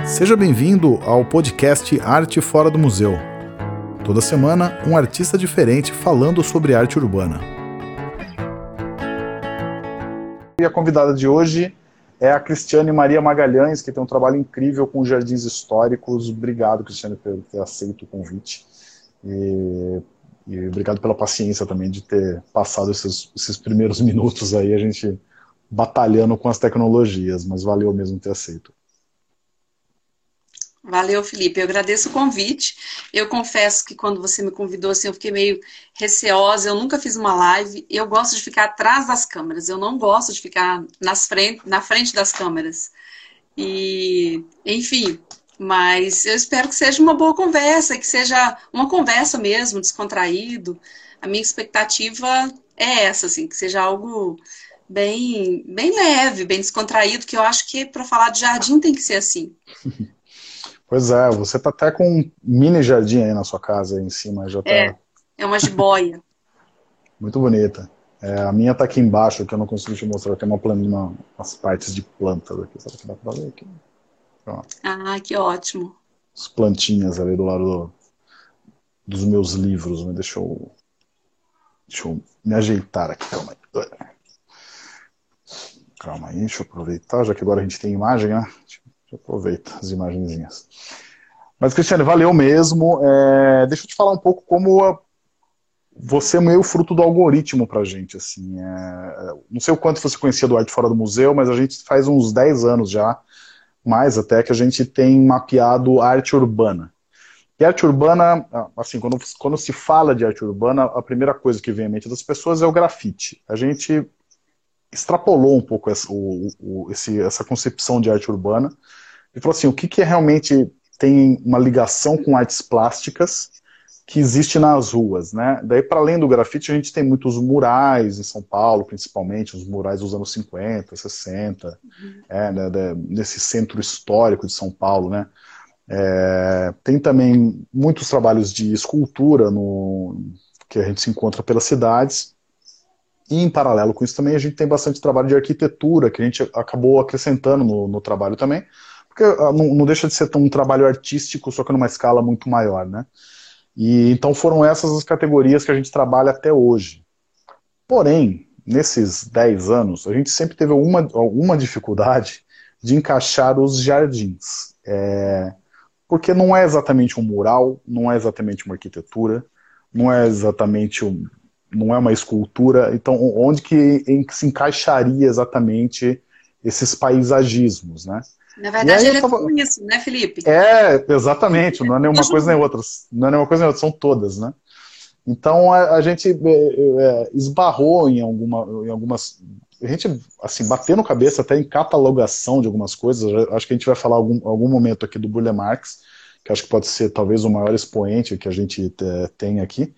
Seja bem-vindo ao podcast Arte Fora do Museu. Toda semana, um artista diferente falando sobre arte urbana. E a convidada de hoje é a Cristiane Maria Magalhães, que tem um trabalho incrível com jardins históricos. Obrigado, Cristiane, por ter aceito o convite. E obrigado pela paciência também de ter passado esses primeiros minutos aí, a gente batalhando com as tecnologias, mas valeu mesmo ter aceito. Valeu, Felipe. Eu agradeço o convite. Eu confesso que quando você me convidou, assim, eu fiquei meio receosa. Eu nunca fiz uma live. Eu gosto de ficar atrás das câmeras. Eu não gosto de ficar na frente das câmeras. E, enfim, mas eu espero que seja uma boa conversa, que seja uma conversa mesmo, descontraído. A minha expectativa é essa, assim, que seja algo bem leve, bem descontraído, que eu acho que para falar de jardim tem que ser assim. Pois é, você tá até com um mini jardim aí na sua casa, aí em cima, já tá... É uma jiboia. Muito bonita. A minha tá aqui embaixo, que eu não consigo te mostrar, tem umas partes de plantas aqui, sabe que dá pra ver aqui? Pronto. Ah, que ótimo. As plantinhas ali do lado dos meus livros, mas deixa eu me ajeitar aqui, calma aí. Calma aí, deixa eu aproveitar, já que agora a gente tem imagem, né? Deixa eu aproveitar as imagenzinhas. Mas, Cristiane, valeu mesmo. Deixa eu te falar um pouco como você é meio fruto do algoritmo pra gente, assim. Não sei o quanto você conhecia do Arte Fora do Museu, mas a gente faz uns 10 anos já, mais até, que a gente tem mapeado arte urbana. E arte urbana, assim, quando se fala de arte urbana, a primeira coisa que vem à mente das pessoas é o grafite. A gente extrapolou um pouco essa concepção de arte urbana e falou assim, o que realmente tem uma ligação com artes plásticas que existe nas ruas, né? Daí, para além do grafite, a gente tem muitos murais em São Paulo, principalmente, os murais dos anos 50, 60, nesse centro histórico de São Paulo, né? Tem também muitos trabalhos de escultura que a gente se encontra pelas cidades, e em paralelo com isso também a gente tem bastante trabalho de arquitetura, que a gente acabou acrescentando no trabalho também, porque não deixa de ser um trabalho artístico, só que numa escala muito maior, né? E então foram essas as categorias que a gente trabalha até hoje. Porém, nesses 10 anos, a gente sempre teve alguma dificuldade de encaixar os jardins. Porque não é exatamente um mural, não é exatamente uma arquitetura, não é exatamente não é uma escultura. Então, onde que se encaixaria exatamente esses paisagismos, né? Na verdade, ele é tudo isso, né, Felipe? Exatamente, não é nenhuma coisa nem outra. Não é nenhuma coisa nem outra, são todas, né? Então a gente esbarrou em algumas. A gente, assim, batendo cabeça até em catalogação de algumas coisas. Acho que a gente vai falar algum momento aqui do Burle Marx, que acho que pode ser talvez o maior expoente que a gente tem aqui.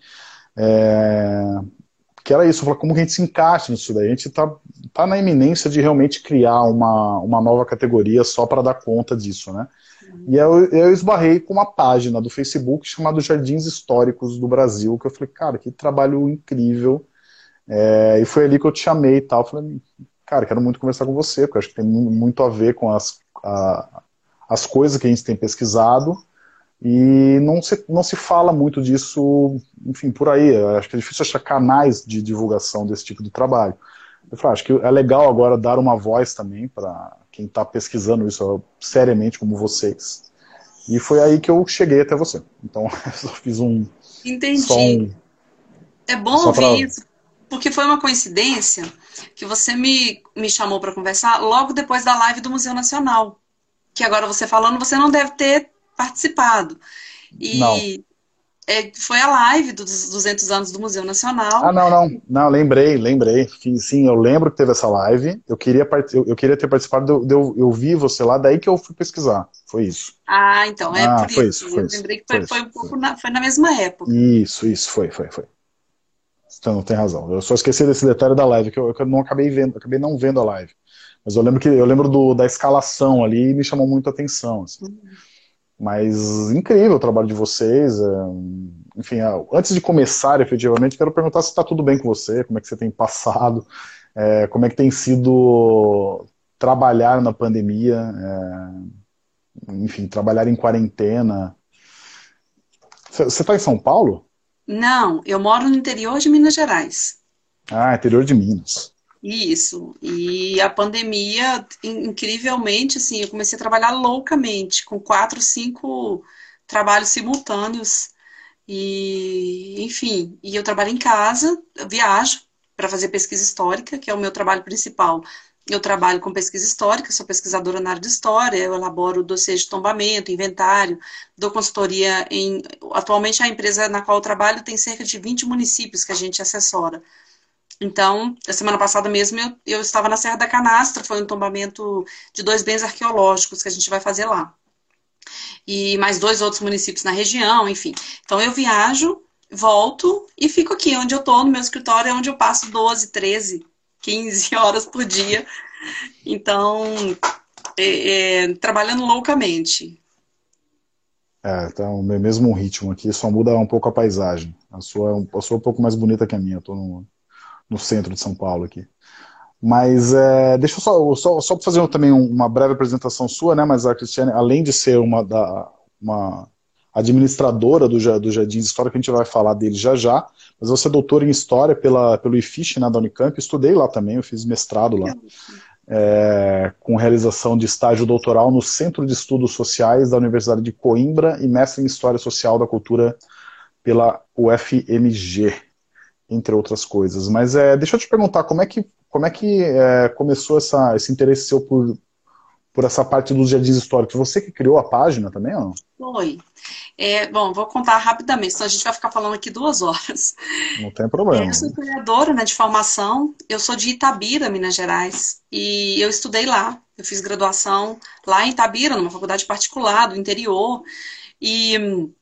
Que era isso, falar como que a gente se encaixa nisso daí. A gente tá na iminência de realmente criar uma nova categoria só para dar conta disso, né? E eu esbarrei com uma página do Facebook chamada Jardins Históricos do Brasil, que eu falei, cara, que trabalho incrível. E foi ali que eu te chamei e tal. Falei, cara, quero muito conversar com você, porque eu acho que tem muito a ver com as coisas que a gente tem pesquisado. E não se fala muito disso, enfim, por aí. Eu acho que é difícil achar canais de divulgação desse tipo de trabalho. Eu falei, acho que é legal agora dar uma voz também para quem está pesquisando isso seriamente, como vocês. E foi aí que eu cheguei até você. Então, eu só fiz Entendi. É bom ouvir isso, porque foi uma coincidência que você me chamou para conversar logo depois da live do Museu Nacional. Que agora você falando, você não deve ter participado. E foi a live dos 200 anos do Museu Nacional. Não, lembrei. Sim, eu lembro que teve essa live, eu queria ter participado, eu vi você lá, daí que eu fui pesquisar, foi isso. Ah, então, por foi isso. isso. Eu lembrei que foi um pouco foi na mesma época. Isso, foi. Então, tem razão, eu só esqueci desse detalhe da live, que eu não acabei não vendo a live. Mas eu lembro da escalação ali e me chamou muito a atenção, assim. Mas incrível o trabalho de vocês. Enfim, antes de começar, efetivamente, quero perguntar se está tudo bem com você, como é que você tem passado, como é que tem sido trabalhar na pandemia. enfim, trabalhar em quarentena. Você está em São Paulo? Não, eu moro no interior de Minas Gerais. Ah, interior de Minas. Isso. E a pandemia, incrivelmente, assim, eu comecei a trabalhar loucamente, com 4, 5 trabalhos simultâneos. E, enfim, e eu trabalho em casa, eu viajo para fazer pesquisa histórica, que é o meu trabalho principal. Eu trabalho com pesquisa histórica, sou pesquisadora na área de história, eu elaboro dossiês de tombamento, inventário, dou consultoria em... Atualmente, a empresa na qual eu trabalho tem cerca de 20 municípios que a gente assessora. Então, a semana passada mesmo, eu estava na Serra da Canastra, foi um tombamento de 2 bens arqueológicos que a gente vai fazer lá. E mais 2 outros municípios na região, enfim. Então, eu viajo, volto e fico aqui, onde eu estou, no meu escritório, é onde eu passo 12, 13, 15 horas por dia. Então, trabalhando loucamente. Tá o mesmo ritmo aqui, só muda um pouco a paisagem. A sua é um pouco mais bonita que a minha, eu tô no centro de São Paulo aqui. Mas deixa eu só fazer também uma breve apresentação sua, né? Mas a Cristiane, além de ser uma administradora do Jardim de História, que a gente vai falar dele já já, mas você é doutora em História pelo IFISH, né, da Unicamp, estudei lá também, eu fiz mestrado lá, com realização de estágio doutoral no Centro de Estudos Sociais da Universidade de Coimbra e mestre em História Social da Cultura pela UFMG, entre outras coisas. Mas deixa eu te perguntar, como é que começou esse interesse seu por essa parte dos jardins históricos? Você que criou a página também, ou não? Foi. Bom, vou contar rapidamente, senão a gente vai ficar falando aqui 2 horas. Não tem Eu problema. sou historiadora, né, de formação. Eu sou de Itabira, Minas Gerais. E eu estudei lá. Eu fiz graduação lá em Itabira, numa faculdade particular do interior. E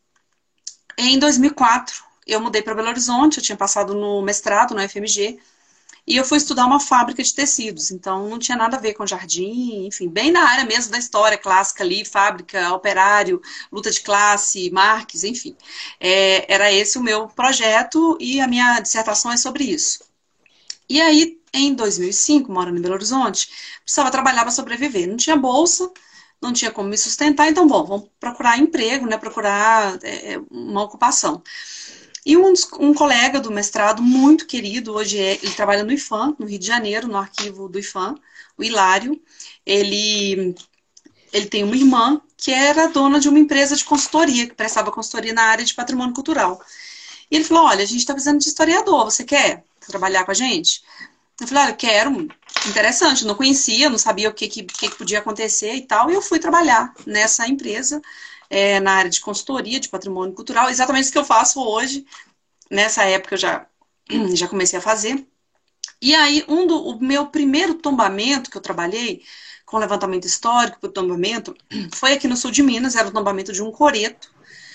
em 2004, eu mudei para Belo Horizonte. Eu tinha passado no mestrado na UFMG. E eu fui estudar uma fábrica de tecidos. Então, não tinha nada a ver com jardim. Enfim, bem na área mesmo da história clássica ali. Fábrica, operário, luta de classe, Marx, enfim. Era esse o meu projeto e a minha dissertação é sobre isso. E aí, em 2005, morando em Belo Horizonte, precisava trabalhar para sobreviver. Não tinha bolsa, não tinha como me sustentar, então, bom, vamos procurar emprego, né, procurar uma ocupação. E um colega do mestrado, muito querido, hoje ele trabalha no IPHAN, no Rio de Janeiro, no arquivo do IPHAN, o Hilário, ele tem uma irmã que era dona de uma empresa de consultoria, que prestava consultoria na área de patrimônio cultural. E ele falou, olha, a gente está precisando de historiador, você quer trabalhar com a gente? Eu falei, olha, quero, interessante, não conhecia, não sabia o que podia acontecer e tal, e eu fui trabalhar nessa empresa, na área de consultoria, de patrimônio cultural, exatamente isso que eu faço hoje, nessa época eu já comecei a fazer. E aí, o meu primeiro tombamento que eu trabalhei, com levantamento histórico para o tombamento, foi aqui no sul de Minas, era o tombamento de um coreto,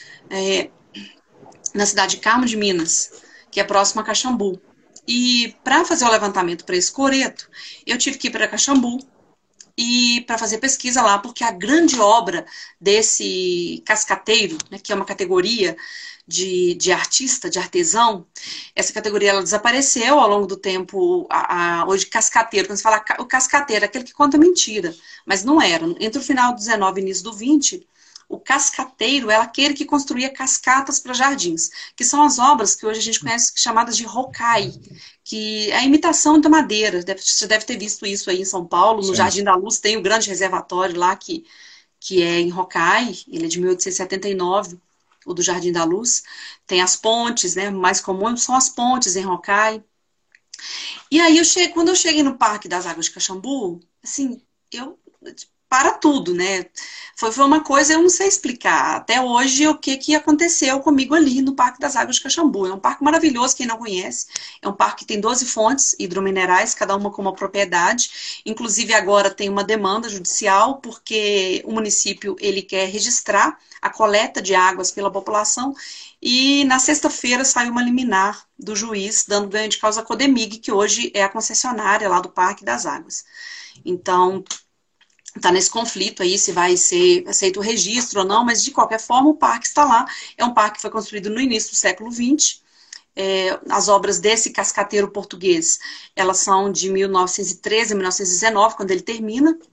na cidade de Carmo de Minas, que é próximo a Caxambu. E para fazer o levantamento para esse coreto, eu tive que ir para Caxambu e para fazer pesquisa lá, porque a grande obra desse cascateiro, né, que é uma categoria de artista, de artesão, essa categoria ela desapareceu ao longo do tempo. Hoje, cascateiro, quando você fala o cascateiro, é aquele que conta mentira, mas não era. Entre o final do 19 e início do 20, o cascateiro era aquele que construía cascatas para jardins, que são as obras que hoje a gente conhece chamadas de rocaille, que é a imitação da madeira. Você deve ter visto isso aí em São Paulo, no Sim. Jardim da Luz tem o grande reservatório lá, que é em rocaille, ele é de 1879, o do Jardim da Luz. Tem as pontes, né? Mais comum são as pontes em rocaille. E aí, quando eu cheguei no Parque das Águas de Caxambu, assim, eu para tudo, né? Foi uma coisa, eu não sei explicar até hoje o que aconteceu comigo ali no Parque das Águas de Caxambu. É um parque maravilhoso, quem não conhece. É um parque que tem 12 fontes hidrominerais, cada uma com uma propriedade. Inclusive agora tem uma demanda judicial, porque o município ele quer registrar a coleta de águas pela população. E na sexta-feira saiu uma liminar do juiz dando ganho de causa à Codemig, que hoje é a concessionária lá do Parque das Águas. Então, está nesse conflito aí, se vai ser aceito o registro ou não, mas de qualquer forma o parque está lá. É um parque que foi construído no início do século XX. As obras desse cascateiro português, elas são de 1913 a 1919, quando ele termina.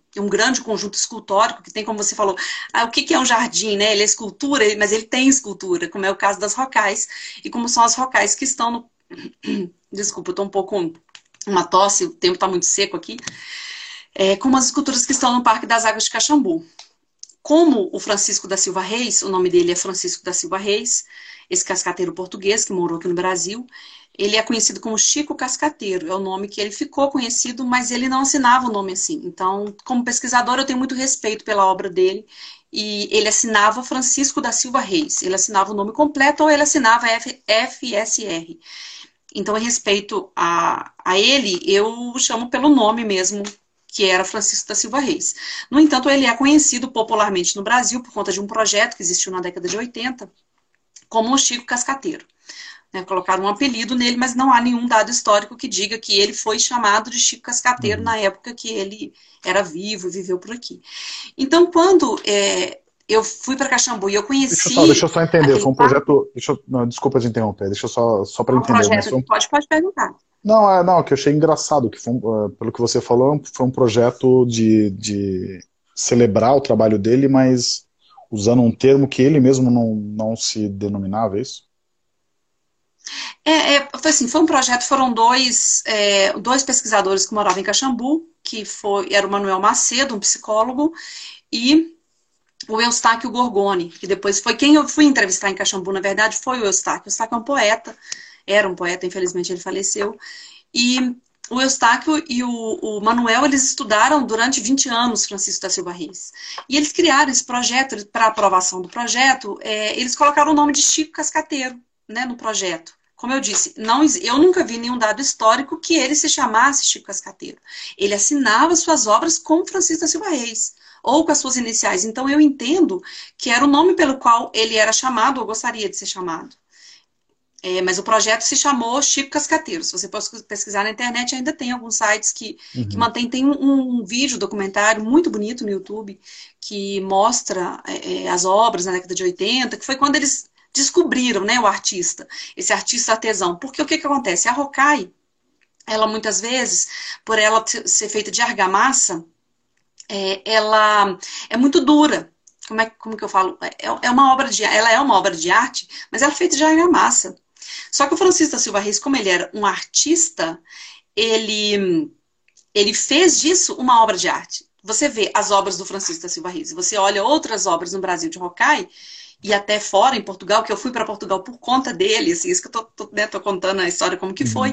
um grande conjunto escultórico, que tem, como você falou, o que é um jardim, né? Ele é escultura, mas ele tem escultura, como é o caso das rocais, e como são as rocais que estão no... Desculpa, eu tô um pouco uma tosse, o tempo tá muito seco aqui. Como as esculturas que estão no Parque das Águas de Caxambu. Como o Francisco da Silva Reis, o nome dele é Francisco da Silva Reis, esse cascateiro português que morou aqui no Brasil, ele é conhecido como Chico Cascateiro, é o nome que ele ficou conhecido, mas ele não assinava o nome assim. Então, como pesquisador, eu tenho muito respeito pela obra dele, e ele assinava Francisco da Silva Reis, ele assinava o nome completo ou ele assinava FSR. Então, em respeito a ele, eu chamo pelo nome mesmo, que era Francisco da Silva Reis. No entanto, ele é conhecido popularmente no Brasil por conta de um projeto que existiu na década de 80, como o Chico Cascateiro. Colocaram um apelido nele, mas não há nenhum dado histórico que diga que ele foi chamado de Chico Cascateiro na época que ele era vivo e viveu por aqui. Então, quando eu fui para Caxambu e eu conheci... Deixa eu só entender, foi um projeto... Não, desculpa te interromper, deixa eu só para entender. Projeto, pode perguntar. Não, que eu achei engraçado, que foi pelo que você falou, foi um projeto de celebrar o trabalho dele, mas usando um termo que ele mesmo não se denominava, é isso? Foi assim, foi um projeto, foram dois pesquisadores que moravam em Caxambu, era o Manuel Macedo, um psicólogo, e o Eustáquio Gorgoni, que depois foi quem eu fui entrevistar em Caxambu, na verdade, foi o Eustáquio. O Eustáquio é um poeta, era um poeta, infelizmente ele faleceu, e o Eustáquio e o Manuel, eles estudaram durante 20 anos Francisco da Silva Reis. E eles criaram esse projeto, para aprovação do projeto, eles colocaram o nome de Chico Cascateiro, né, no projeto. Como eu disse, eu nunca vi nenhum dado histórico que ele se chamasse Chico Cascateiro. Ele assinava suas obras com Francisco da Silva Reis, ou com as suas iniciais. Então eu entendo que era o nome pelo qual ele era chamado, ou gostaria de ser chamado. Mas o projeto se chamou Chico Cascateiro. Se você pesquisar na internet, ainda tem alguns sites que mantém. Tem um vídeo, documentário muito bonito no YouTube, que mostra as obras na década de 80, que foi quando eles descobriram, né, o artista, esse artista artesão. Porque o que acontece? A rocai, ela muitas vezes, por ela ser feita de argamassa, ela é muito dura. Como que eu falo? Ela é uma obra de arte, mas ela é feita de argamassa. Só que o Francisco da Silva Reis, como ele era um artista, ele fez disso uma obra de arte. Você vê as obras do Francisco da Silva Reis, você olha outras obras no Brasil de rocai, e até fora, em Portugal, que eu fui para Portugal por conta dele, assim, isso que eu tô contando a história como que foi,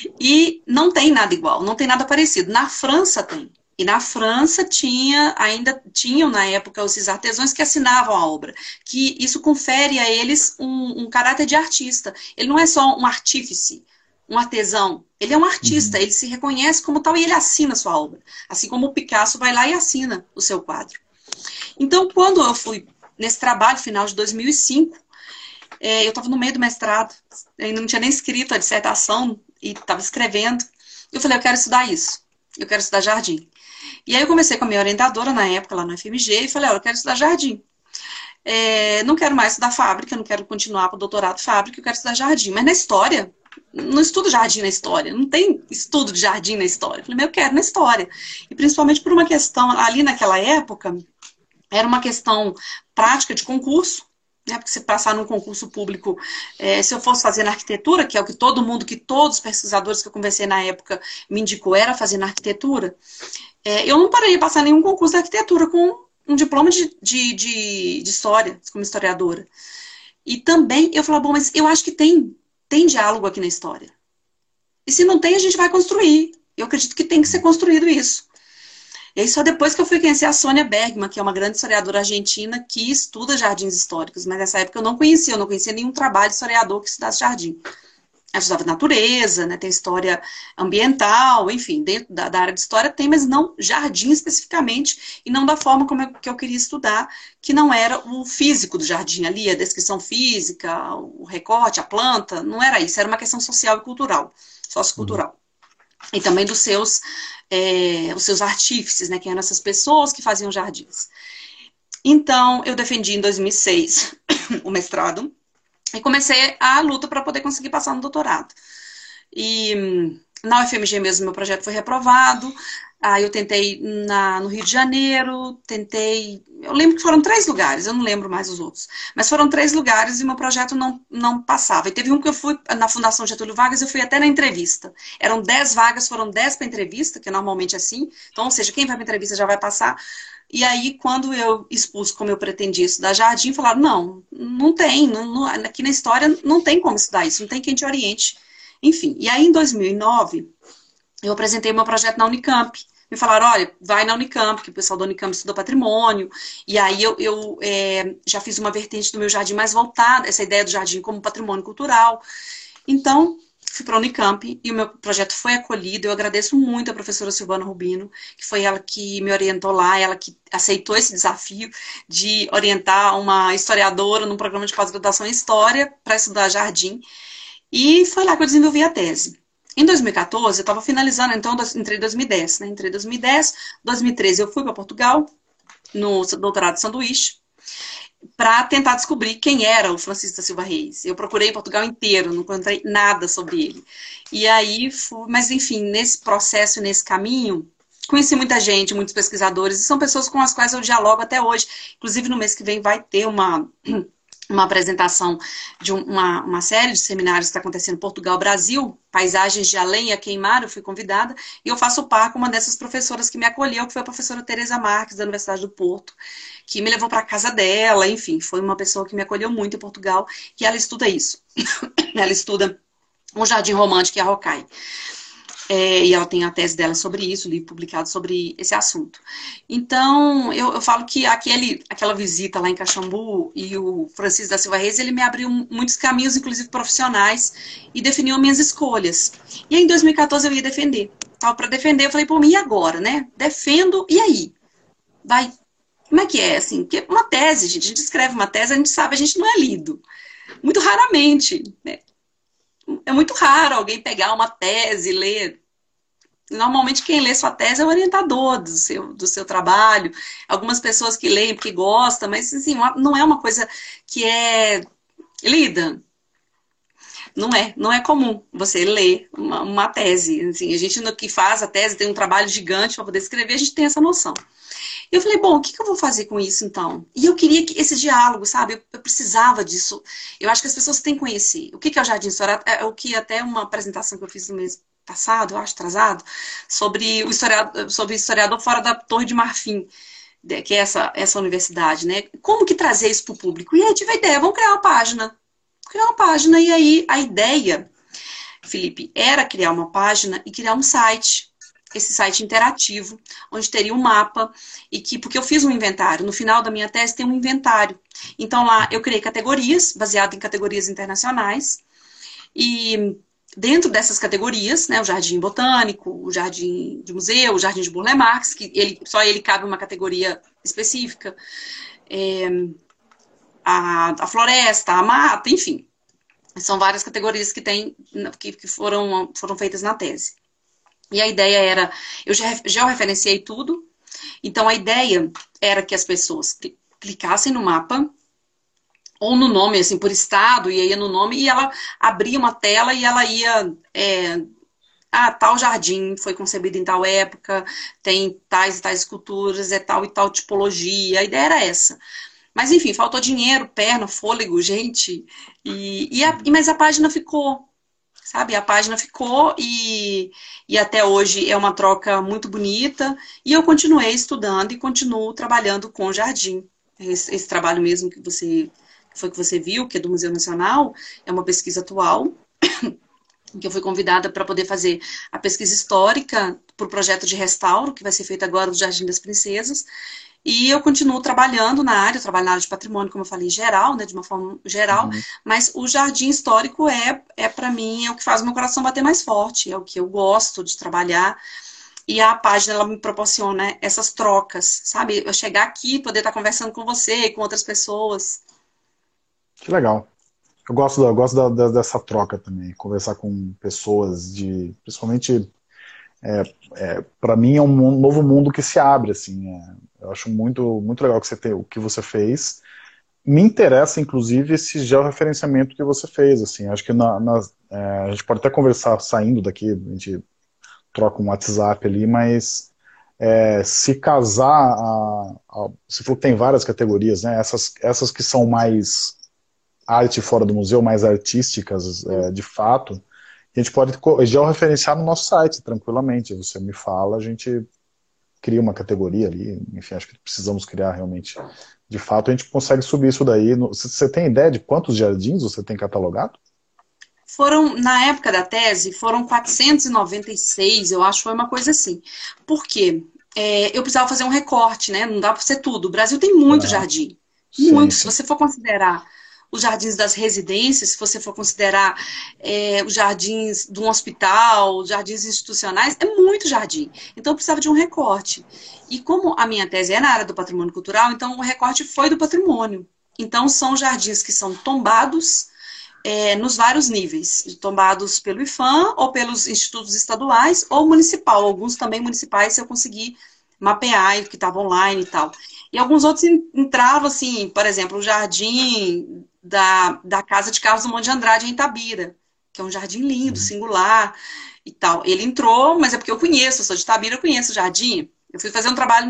e não tem nada igual, não tem nada parecido. Na França tem. E na França ainda tinham na época esses artesãos que assinavam a obra, que isso confere a eles um caráter de artista. Ele não é só um artífice, um artesão, ele é um artista, ele se reconhece como tal e ele assina a sua obra. Assim como o Picasso vai lá e assina o seu quadro. Então, quando eu fui nesse trabalho final de 2005, eu estava no meio do mestrado, ainda não tinha nem escrito a dissertação e estava escrevendo. Eu falei, eu quero estudar isso, eu quero estudar jardim. E aí eu comecei com a minha orientadora na época, lá no FMG, e falei, eu quero estudar jardim. Não quero mais estudar fábrica, não quero continuar para o doutorado fábrica, eu quero estudar jardim. Mas na história, não estudo jardim na história, não tem estudo de jardim na história. Eu falei, eu quero na história. E principalmente por uma questão, ali naquela época, era uma questão prática de concurso, né? Porque se passar num concurso público, se eu fosse fazer na arquitetura, que é o que todos os pesquisadores que eu conversei na época me indicou, era fazer na arquitetura, eu não pararia passar nenhum concurso de arquitetura com um diploma de história, como historiadora. E também eu falava, bom, mas eu acho que tem diálogo aqui na história. E se não tem, a gente vai construir. Eu acredito que tem que ser construído isso. E aí só depois que eu fui conhecer a Sônia Bergman, que é uma grande historiadora argentina que estuda jardins históricos, mas nessa época eu não conhecia nenhum trabalho de historiador que estudasse jardim. Eu estudava natureza, né, tem história ambiental, enfim, dentro da área de história tem, mas não jardim especificamente, e não da forma que eu queria estudar, que não era o físico do jardim ali, a descrição física, o recorte, a planta, não era isso, era uma questão social e cultural, sociocultural. E também dos os seus artífices, né, que eram essas pessoas que faziam jardins. Então, eu defendi em 2006 o mestrado, e comecei a luta para poder conseguir passar no doutorado. E na UFMG mesmo, meu projeto foi reprovado. Aí eu tentei no Rio de Janeiro, tentei. Eu lembro que foram 3 lugares, eu não lembro mais os outros. Mas foram 3 lugares e meu projeto não passava. E teve um que eu fui na Fundação Getúlio Vargas, eu fui até na entrevista. Eram 10 vagas, foram 10 para entrevista, que normalmente é assim. Então, ou seja, quem vai para entrevista já vai passar. E aí, quando eu expus como eu pretendia estudar jardim, falaram: não, não tem, aqui na história não tem como estudar isso, não tem quem te oriente. Enfim, e aí em 2009 eu apresentei meu projeto na Unicamp. Me falaram, olha, vai na Unicamp, que o pessoal da Unicamp estudou patrimônio. E aí eu já fiz uma vertente do meu jardim mais voltada, essa ideia do jardim como patrimônio cultural. Então, fui para a Unicamp e o meu projeto foi acolhido. Eu agradeço muito a professora Silvana Rubino, que foi ela que me orientou lá, ela que aceitou esse desafio de orientar uma historiadora num programa de pós-graduação em História para estudar jardim. E foi lá que eu desenvolvi a tese. Em 2014, eu estava finalizando, então, entrei em 2010, né? Entrei em 2010, 2013 eu fui para Portugal, no doutorado de sanduíche, para tentar descobrir quem era o Francisco da Silva Reis. Eu procurei Portugal inteiro, não encontrei nada sobre ele. E aí, mas enfim, nesse processo, nesse caminho, conheci muita gente, muitos pesquisadores, e são pessoas com as quais eu dialogo até hoje. Inclusive, no mês que vem vai ter uma apresentação de uma série de seminários que está acontecendo em Portugal, Brasil, Paisagens de Além e a Queimar, eu fui convidada, e eu faço par com uma dessas professoras que me acolheu, que foi a professora Tereza Marques, da Universidade do Porto, que me levou para a casa dela, enfim, foi uma pessoa que me acolheu muito em Portugal, e ela estuda isso. Ela estuda um jardim romântico e a Rocaille. E ela tem a tese dela sobre isso, livro publicado sobre esse assunto. Então, eu falo que aquela visita lá em Caxambu e o Francisco da Silva Reis, ele me abriu muitos caminhos, inclusive profissionais, e definiu minhas escolhas. E aí, em 2014 eu ia defender. Então, para defender, eu falei, pô, e agora, né? Defendo, e aí? Vai, como é que é, assim? Porque uma tese, gente, a gente escreve uma tese, a gente sabe, a gente não é lido. Muito raramente, né? É muito raro alguém pegar uma tese e ler. Normalmente quem lê sua tese é o orientador do seu trabalho. Algumas pessoas que leem porque gostam, mas assim, não é uma coisa que é lida. Não é comum você ler uma tese. Assim, a gente no que faz a tese tem um trabalho gigante para poder escrever, a gente tem essa noção. E eu falei, bom, o que eu vou fazer com isso então? E eu queria que esse diálogo, sabe? Eu precisava disso. Eu acho que as pessoas têm que conhecer. O que é o Jardim Histórico? É o que até uma apresentação que eu fiz no mês passado, eu acho, atrasado, sobre o historiador fora da Torre de Marfim, que é essa universidade, né? Como que trazer isso para o público? E aí tive a ideia, vamos criar uma página. Criar uma página, e aí a ideia, Felipe, era criar uma página e criar um site. Esse site interativo, onde teria um mapa, porque eu fiz um inventário. No final da minha tese tem um inventário. Então lá eu criei categorias, baseado em categorias internacionais, e dentro dessas categorias, né, o jardim botânico, o jardim de museu, o jardim de Burle Marx, que só ele cabe uma categoria específica, a floresta, a mata, enfim. São várias categorias que foram feitas na tese. E a ideia era, eu georreferenciei tudo, então a ideia era que as pessoas clicassem no mapa, ou no nome, assim, por estado, e aí ia no nome, e ela abria uma tela e ela ia, tal jardim foi concebido em tal época, tem tais e tais esculturas, é tal e tal tipologia, a ideia era essa. Mas enfim, faltou dinheiro, perna, fôlego, gente, mas a página ficou. Sabe, a página ficou e até hoje é uma troca muito bonita. E eu continuei estudando e continuo trabalhando com o jardim. Esse trabalho mesmo que você viu, que é do Museu Nacional, é uma pesquisa atual, que eu fui convidada para poder fazer a pesquisa histórica para o projeto de restauro, que vai ser feito agora do Jardim das Princesas. E eu continuo trabalhando na área, eu trabalho na área de patrimônio, como eu falei, geral, né, de uma forma geral, mas o jardim histórico para mim, é o que faz o meu coração bater mais forte, é o que eu gosto de trabalhar, e a página, ela me proporciona essas trocas, sabe? Eu chegar aqui, poder estar conversando com você e com outras pessoas. Que legal. Eu gosto dessa troca também, conversar com pessoas principalmente, para mim é um novo mundo que se abre, assim. Eu acho muito, muito legal o que você fez. Me interessa, inclusive, esse georreferenciamento que você fez, assim. Acho que a gente pode até conversar saindo daqui, a gente troca um WhatsApp ali, mas se casar, você falou que tem várias categorias, né? Essas que são mais arte fora do museu, mais artísticas, de fato, a gente pode georreferenciar no nosso site, tranquilamente. Você me fala, a gente cria uma categoria ali, enfim, acho que precisamos criar realmente. De fato, a gente consegue subir isso daí. Você tem ideia de quantos jardins você tem catalogado? Foram, na época da tese, foram 496, eu acho, foi uma coisa assim. Por quê? Eu precisava fazer um recorte, né? Não dá para ser tudo. O Brasil tem muito Ah, jardim. sim, Muito. Se sim. você for considerar os jardins das residências, se você for considerar os jardins de um hospital, os jardins institucionais, é muito jardim. Então, eu precisava de um recorte. E como a minha tese é na área do patrimônio cultural, então o recorte foi do patrimônio. Então, são jardins que são tombados, nos vários níveis, tombados pelo IPHAN ou pelos institutos estaduais ou municipal. Alguns também municipais eu consegui mapear, que estava online e tal. E alguns outros entravam, assim, por exemplo, o jardim da Casa de Carlos Drummond de Andrade em Itabira, que é um jardim lindo, Uhum. singular e tal. Ele entrou, mas é porque eu conheço, eu sou de Itabira, eu conheço o jardim. Eu fui fazer um trabalho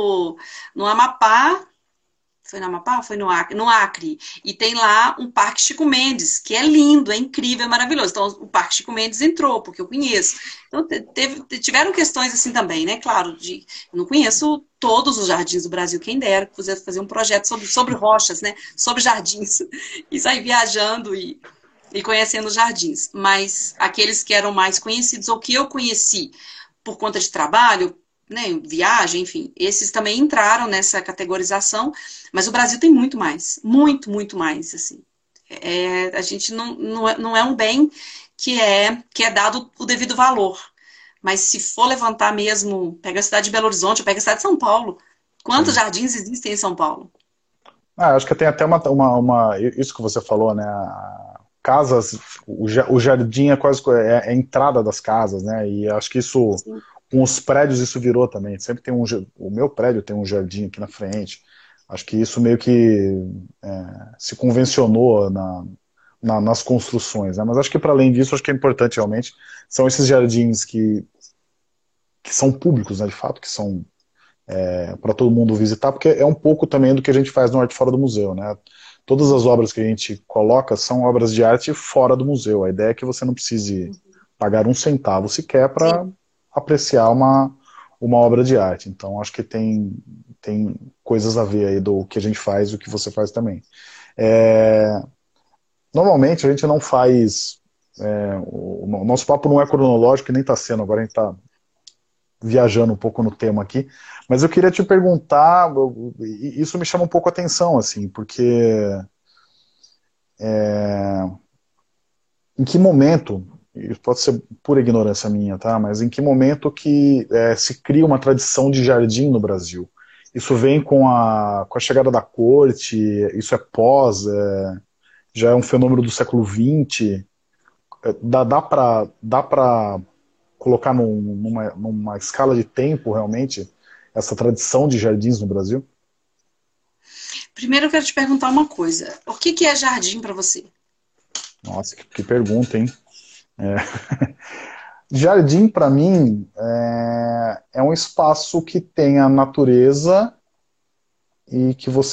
no Amapá, foi no Amapá? Foi no Acre? No Acre. E tem lá um Parque Chico Mendes, que é lindo, é incrível, é maravilhoso. Então, o Parque Chico Mendes entrou, porque eu conheço. Então, tiveram questões assim também, né? Claro, eu não conheço todos os jardins do Brasil, quem dera fazer um projeto sobre rochas, né? Sobre jardins. E sair viajando e conhecendo os jardins. Mas aqueles que eram mais conhecidos, ou que eu conheci por conta de trabalho, né, viagem, enfim, esses também entraram nessa categorização, mas o Brasil tem muito mais, muito mais, assim. A gente não é um bem que é dado o devido valor, mas se for levantar mesmo, pega a cidade de Belo Horizonte, ou pega a cidade de São Paulo, quantos Sim. jardins existem em São Paulo? Acho que tem até isso que você falou, né? Casas, o jardim é quase é a entrada das casas, né? E acho que isso, Sim, com os prédios, isso virou também. Sempre tem o meu prédio tem um jardim aqui na frente. Acho que isso meio que se convencionou nas construções, né? Mas acho que para além disso, acho que é importante realmente são esses jardins que são públicos, né? De fato, que são para todo mundo visitar, porque é um pouco também do que a gente faz no Arte Fora do Museu, né? Todas as obras que a gente coloca são obras de arte fora do museu. A ideia é que você não precise pagar um centavo sequer sim. para apreciar uma obra de arte. Então, acho que tem coisas a ver aí do que a gente faz e o que você faz também. É, Normalmente, a gente não faz... o nosso papo não é cronológico, e nem está sendo, agora a gente está viajando um pouco no tema aqui, mas eu queria te perguntar, isso me chama um pouco a atenção, assim, porque em que momento, isso pode ser pura ignorância minha, tá? Mas em que momento que se cria uma tradição de jardim no Brasil? Isso vem com a chegada da corte, isso é já é um fenômeno do século XX, dá para colocar numa escala de tempo, realmente, essa tradição de jardins no Brasil? Primeiro eu quero te perguntar uma coisa. O que é jardim para você? Nossa, que pergunta, hein? Jardim, para mim, é um espaço que tem a natureza e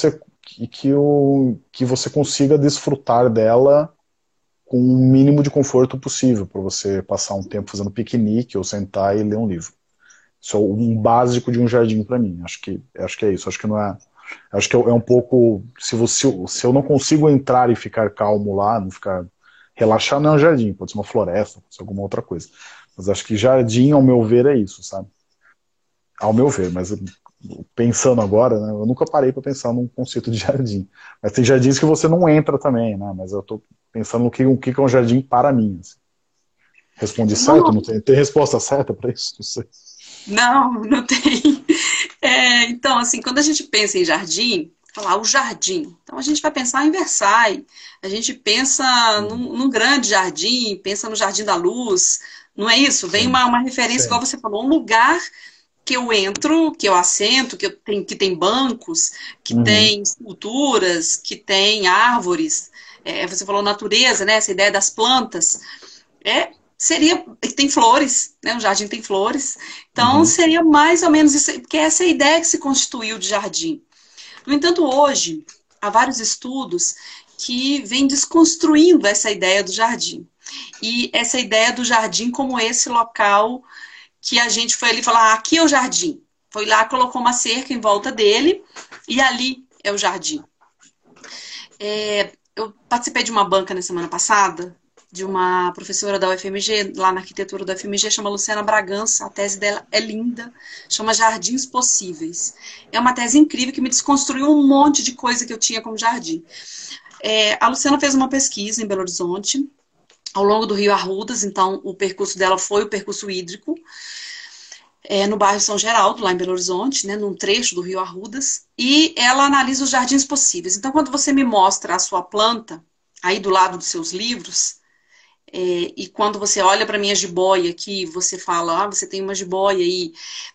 que você consiga desfrutar dela com o mínimo de conforto possível, para você passar um tempo fazendo piquenique ou sentar e ler um livro. Isso é um básico de um jardim para mim. Acho que é isso. Acho que não é. Acho que é um pouco. Se eu não consigo entrar e ficar calmo lá, não ficar. Relaxar não é um jardim, pode ser uma floresta, pode ser alguma outra coisa. Mas acho que jardim, ao meu ver, é isso, sabe? Ao meu ver, mas pensando agora, né, eu nunca parei para pensar num conceito de jardim. Mas tem jardins que você não entra também, né? Mas eu estou pensando o que é um jardim para mim. Assim. Respondi certo? Não tem resposta certa para isso? Não sei. Não, não tem. Então, assim, quando a gente pensa em jardim, falar o jardim. Então, a gente vai pensar em Versailles, a gente pensa Uhum. num grande jardim, pensa no Jardim da Luz, não é isso? Vem Sim, uma referência, igual sim. você falou, um lugar que eu entro, que eu assento, que tem bancos, que Uhum. tem esculturas, que tem árvores. Você falou natureza, né? Essa ideia das plantas. É, seria, tem flores, né? O jardim tem flores, então Uhum. seria mais ou menos isso, porque essa é a ideia que se constituiu de jardim. No entanto, hoje, há vários estudos que vêm desconstruindo essa ideia do jardim. E essa ideia do jardim como esse local que a gente foi ali falar, ah, aqui é o jardim. Foi lá, colocou uma cerca em volta dele e ali é o jardim. Eu participei de uma banca na semana passada, de uma professora da UFMG, lá na arquitetura da UFMG, chama Luciana Bragança, a tese dela é linda, chama Jardins Possíveis. É uma tese incrível que me desconstruiu um monte de coisa que eu tinha como jardim. A Luciana fez uma pesquisa em Belo Horizonte, ao longo do Rio Arrudas, então o percurso dela foi o percurso hídrico, no bairro São Geraldo, lá em Belo Horizonte, né, num trecho do Rio Arrudas, e ela analisa os jardins possíveis. Então, quando você me mostra a sua planta, aí do lado dos seus livros, e quando você olha para minha jiboia aqui, você fala, ah, você tem uma jiboia aí,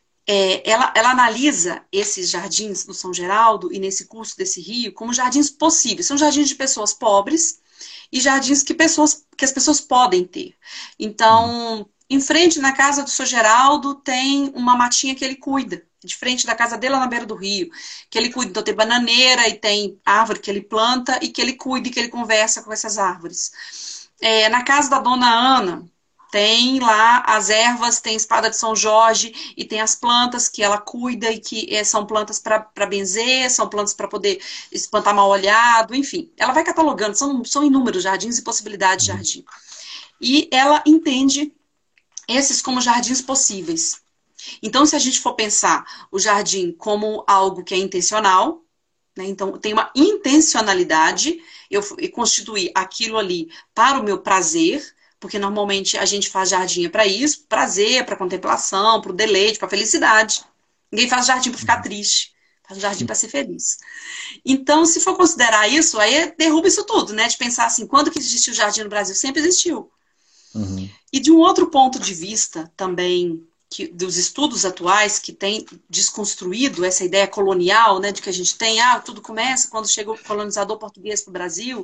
ela analisa esses jardins do São Geraldo e nesse curso desse rio como jardins possíveis. São jardins de pessoas pobres e jardins que as pessoas podem ter. Uhum. Então, em frente na casa do São Geraldo tem uma matinha que ele cuida. De frente da casa dele, lá na beira do rio, que ele cuida. Então tem bananeira e tem árvore que ele planta e que ele cuida e que ele conversa com essas árvores. Na casa da dona Ana, tem lá as ervas, tem espada de São Jorge e tem as plantas que ela cuida e que são plantas para benzer, são plantas para poder espantar mal-olhado, enfim. Ela vai catalogando, são inúmeros jardins e possibilidades de Uhum. jardim. E ela entende esses como jardins possíveis. Então, se a gente for pensar o jardim como algo que é intencional, né? Então, tem uma intencionalidade, eu constituir aquilo ali para o meu prazer, porque normalmente a gente faz jardim para isso, prazer, para contemplação, para o deleite, para felicidade. Ninguém faz jardim para ficar triste, faz jardim para ser feliz. Então, se for considerar isso, aí derruba isso tudo, né? De pensar assim, quando que existiu jardim no Brasil? Sempre existiu. Uhum. E de um outro ponto de vista também, dos estudos atuais que têm desconstruído essa ideia colonial, né, de que a gente tem, tudo começa quando chega o colonizador português para o Brasil,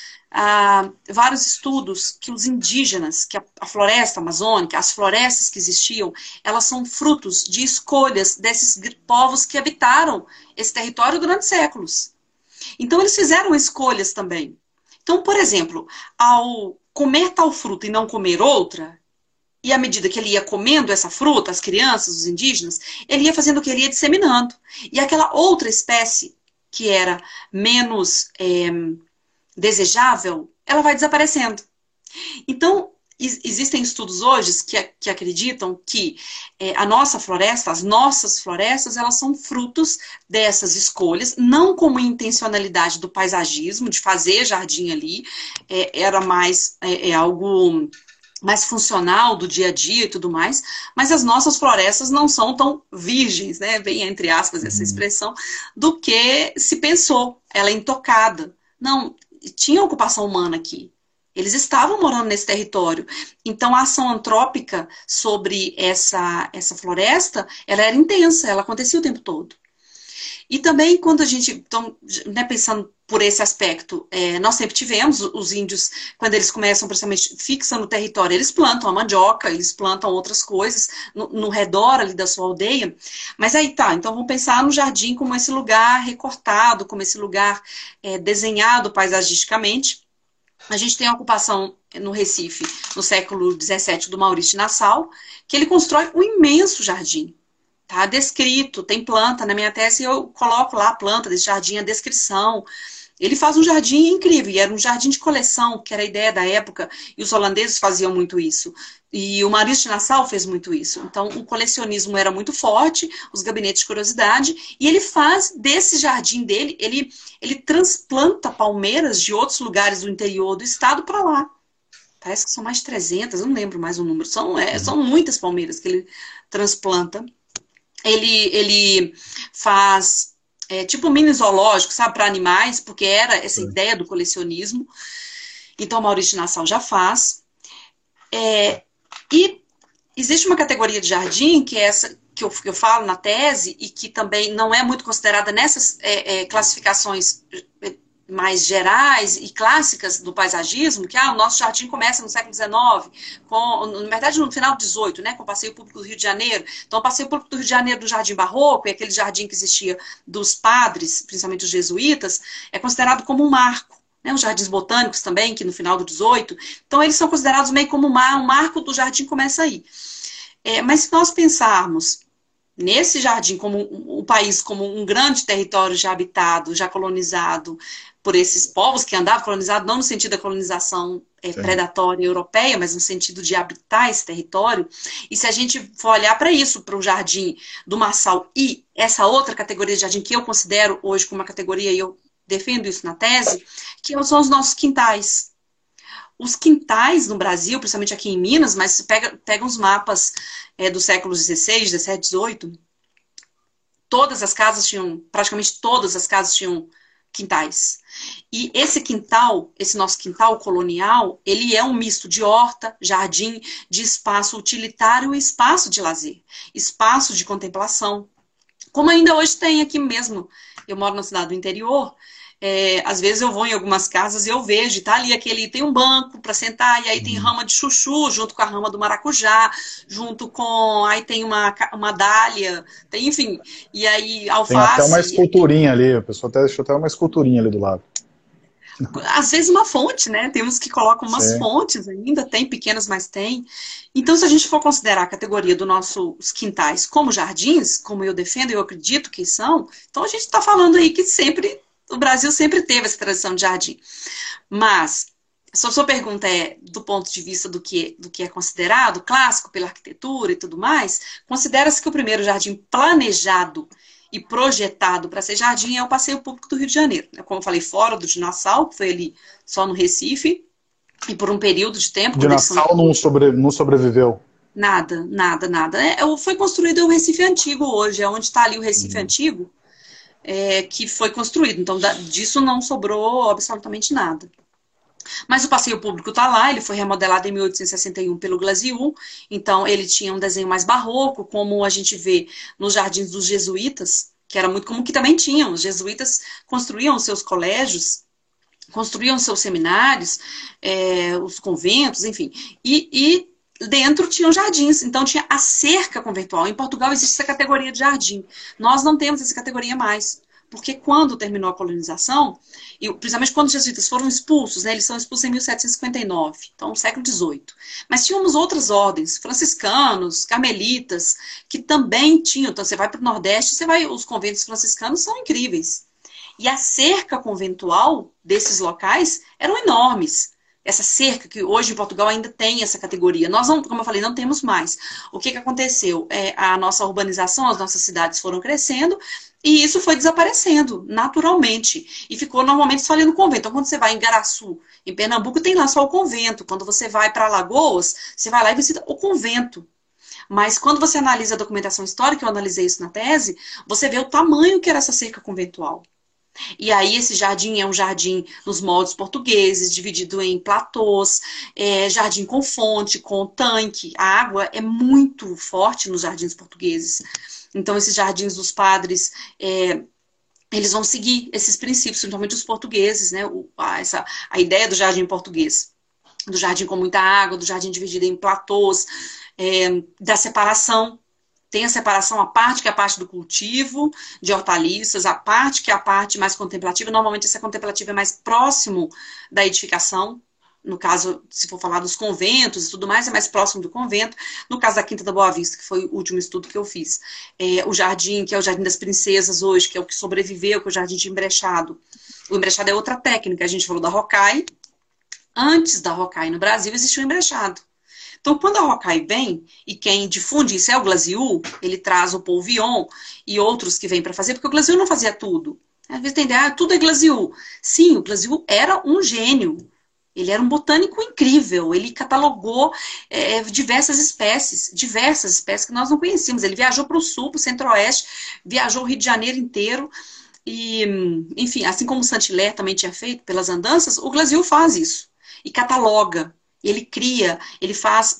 vários estudos que os indígenas, que a floresta amazônica, as florestas que existiam, elas são frutos de escolhas desses povos que habitaram esse território durante séculos. Então eles fizeram escolhas também. Então, por exemplo, ao comer tal fruta e não comer outra, e à medida que ele ia comendo essa fruta, as crianças, os indígenas, ele ia fazendo o que? Ele ia disseminando. E aquela outra espécie, que era menos desejável, ela vai desaparecendo. Então, existem estudos hoje que acreditam que a nossa floresta, as nossas florestas, elas são frutos dessas escolhas, não como intencionalidade do paisagismo, de fazer jardim ali, era mais algo mais funcional do dia a dia e tudo mais, mas as nossas florestas não são tão virgens, né, bem entre aspas essa Uhum. expressão, do que se pensou. Ela é intocada. Não, tinha ocupação humana aqui. Eles estavam morando nesse território. Então, a ação antrópica sobre essa floresta, ela era intensa, ela acontecia o tempo todo. E também, quando a gente, então, né, pensando por esse aspecto, nós sempre tivemos os índios, quando eles começam, principalmente, fixam no território, eles plantam a mandioca, eles plantam outras coisas no redor ali da sua aldeia. Mas aí tá, então vamos pensar no jardim como esse lugar recortado, como esse lugar desenhado paisagisticamente. A gente tem a ocupação no Recife, no século XVII, do Maurício de Nassau, que ele constrói um imenso jardim. Tá descrito, tem planta. Na minha tese eu coloco lá a planta desse jardim, a descrição. Ele faz um jardim incrível, e era um jardim de coleção, que era a ideia da época, e os holandeses faziam muito isso. E o Maurício de Nassau fez muito isso. Então, o colecionismo era muito forte, os gabinetes de curiosidade, e ele faz desse jardim dele, ele transplanta palmeiras de outros lugares do interior do estado para lá. Parece que são mais de 300, eu não lembro mais o número. Uhum. São muitas palmeiras que ele transplanta. Ele faz tipo um mini zoológico, sabe, para animais, porque era essa Sei. ideia do colecionismo. Então, Maurício de Nassau já faz. E existe uma categoria de jardim, que é essa que eu falo na tese, e que também não é muito considerada nessas classificações mais gerais e clássicas do paisagismo, que o nosso jardim começa no século XIX, na verdade no final do XVIII, né, com o Passeio Público do Rio de Janeiro. Então o Passeio Público do Rio de Janeiro do Jardim Barroco, e aquele jardim que existia dos padres, principalmente os jesuítas, é considerado como um marco. Né, os jardins botânicos também, que no final do XVIII. Então eles são considerados meio como um marco do jardim começa aí. Mas se nós pensarmos nesse jardim como o país como um grande território já habitado, já colonizado por esses povos que andavam colonizados, não no sentido da colonização predatória europeia, mas no sentido de habitar esse território. E se a gente for olhar para isso, para o jardim do Marçal e essa outra categoria de jardim que eu considero hoje como uma categoria, e eu defendo isso na tese, que são os nossos quintais. Os quintais no Brasil, principalmente aqui em Minas, mas se pega uns mapas do século XVI, XVII, XVIII, todas as casas tinham, praticamente todas as casas tinham quintais. E esse quintal, esse nosso quintal colonial, ele é um misto de horta, jardim, de espaço utilitário e espaço de lazer, espaço de contemplação. Como ainda hoje tem aqui mesmo. Eu moro na cidade do interior, às vezes eu vou em algumas casas e eu vejo, tá ali tem um banco para sentar, e aí tem rama de chuchu junto com a rama do maracujá, aí tem uma dália, enfim, e aí alface. Tem até uma esculturinha ali, a pessoa deixou até uma esculturinha ali do lado. Às vezes uma fonte, né? Temos que colocam umas fontes ainda, tem pequenas, mas tem. Então, se a gente for considerar a categoria dos nossos quintais como jardins, como eu defendo e eu acredito que são, então a gente está falando aí que o Brasil sempre teve essa tradição de jardim. Mas, se a sua pergunta é do ponto de vista do que é considerado clássico pela arquitetura e tudo mais, considera-se que o primeiro jardim planejado e projetado para ser jardim é o Passeio Público do Rio de Janeiro. Como eu falei, fora do de Nassau, que foi ali só no Recife, e por um período de tempo... De Nassau não sobreviveu? Nada. Foi construído o Recife Antigo hoje, é onde está ali o Recife Antigo, que foi construído. Então, disso não sobrou absolutamente nada. Mas o passeio público está lá, ele foi remodelado em 1861 pelo Glasiou, então ele tinha um desenho mais barroco, como a gente vê nos jardins dos jesuítas, que era muito comum, que também tinham. Os jesuítas construíam seus colégios, construíam seus seminários, os conventos, enfim, e dentro tinham jardins, então tinha a cerca conventual. Em Portugal existe essa categoria de jardim. Nós não temos essa categoria mais. Porque quando terminou a colonização, e principalmente quando os jesuítas foram expulsos, né, eles são expulsos em 1759, então século XVIII. Mas tínhamos outras ordens, franciscanos, carmelitas, que também tinham. Então você vai para o Nordeste, os conventos franciscanos são incríveis. E a cerca conventual desses locais eram enormes. Essa cerca, que hoje em Portugal ainda tem essa categoria. Nós, não, como eu falei, não temos mais. O que aconteceu? A nossa urbanização, as nossas cidades foram crescendo, e isso foi desaparecendo, naturalmente. E ficou normalmente só ali no convento. Então, quando você vai em Garaçu, em Pernambuco, tem lá só o convento. Quando você vai para Alagoas, você vai lá e visita o convento. Mas quando você analisa a documentação histórica, eu analisei isso na tese, você vê o tamanho que era essa cerca conventual. E aí esse jardim é um jardim nos moldes portugueses, dividido em platôs, jardim com fonte, com tanque. A água é muito forte nos jardins portugueses. Então esses jardins dos padres, eles vão seguir esses princípios, principalmente os portugueses, né? A ideia do jardim português, do jardim com muita água, do jardim dividido em platôs, da separação. Tem a separação, a parte que é a parte do cultivo, de hortaliças, a parte que é a parte mais contemplativa. Normalmente essa contemplativa é mais próximo da edificação. No caso, se for falar dos conventos e tudo mais, é mais próximo do convento. No caso da Quinta da Boa Vista, que foi o último estudo que eu fiz. O jardim, que é o Jardim das Princesas hoje, que é o que sobreviveu, que é o Jardim de Embrechado. O Embrechado é outra técnica. A gente falou da Rocaille. Antes da Rocaille no Brasil, existia o Embrechado. Então, quando a Rocaille vem, e quem difunde isso é o Glasiou, ele traz o Paul Vion e outros que vêm para fazer, porque o Glasiou não fazia tudo. Às vezes tem ideia, tudo é Glasiou. Sim, o Glasiou era um gênio. Ele era um botânico incrível. Ele catalogou diversas espécies que nós não conhecíamos. Ele viajou para o sul, para o centro-oeste, viajou o Rio de Janeiro inteiro. E, enfim, assim como o Saint-Hilaire também tinha feito pelas andanças, o Glasiou faz isso. E cataloga. Ele cria, ele faz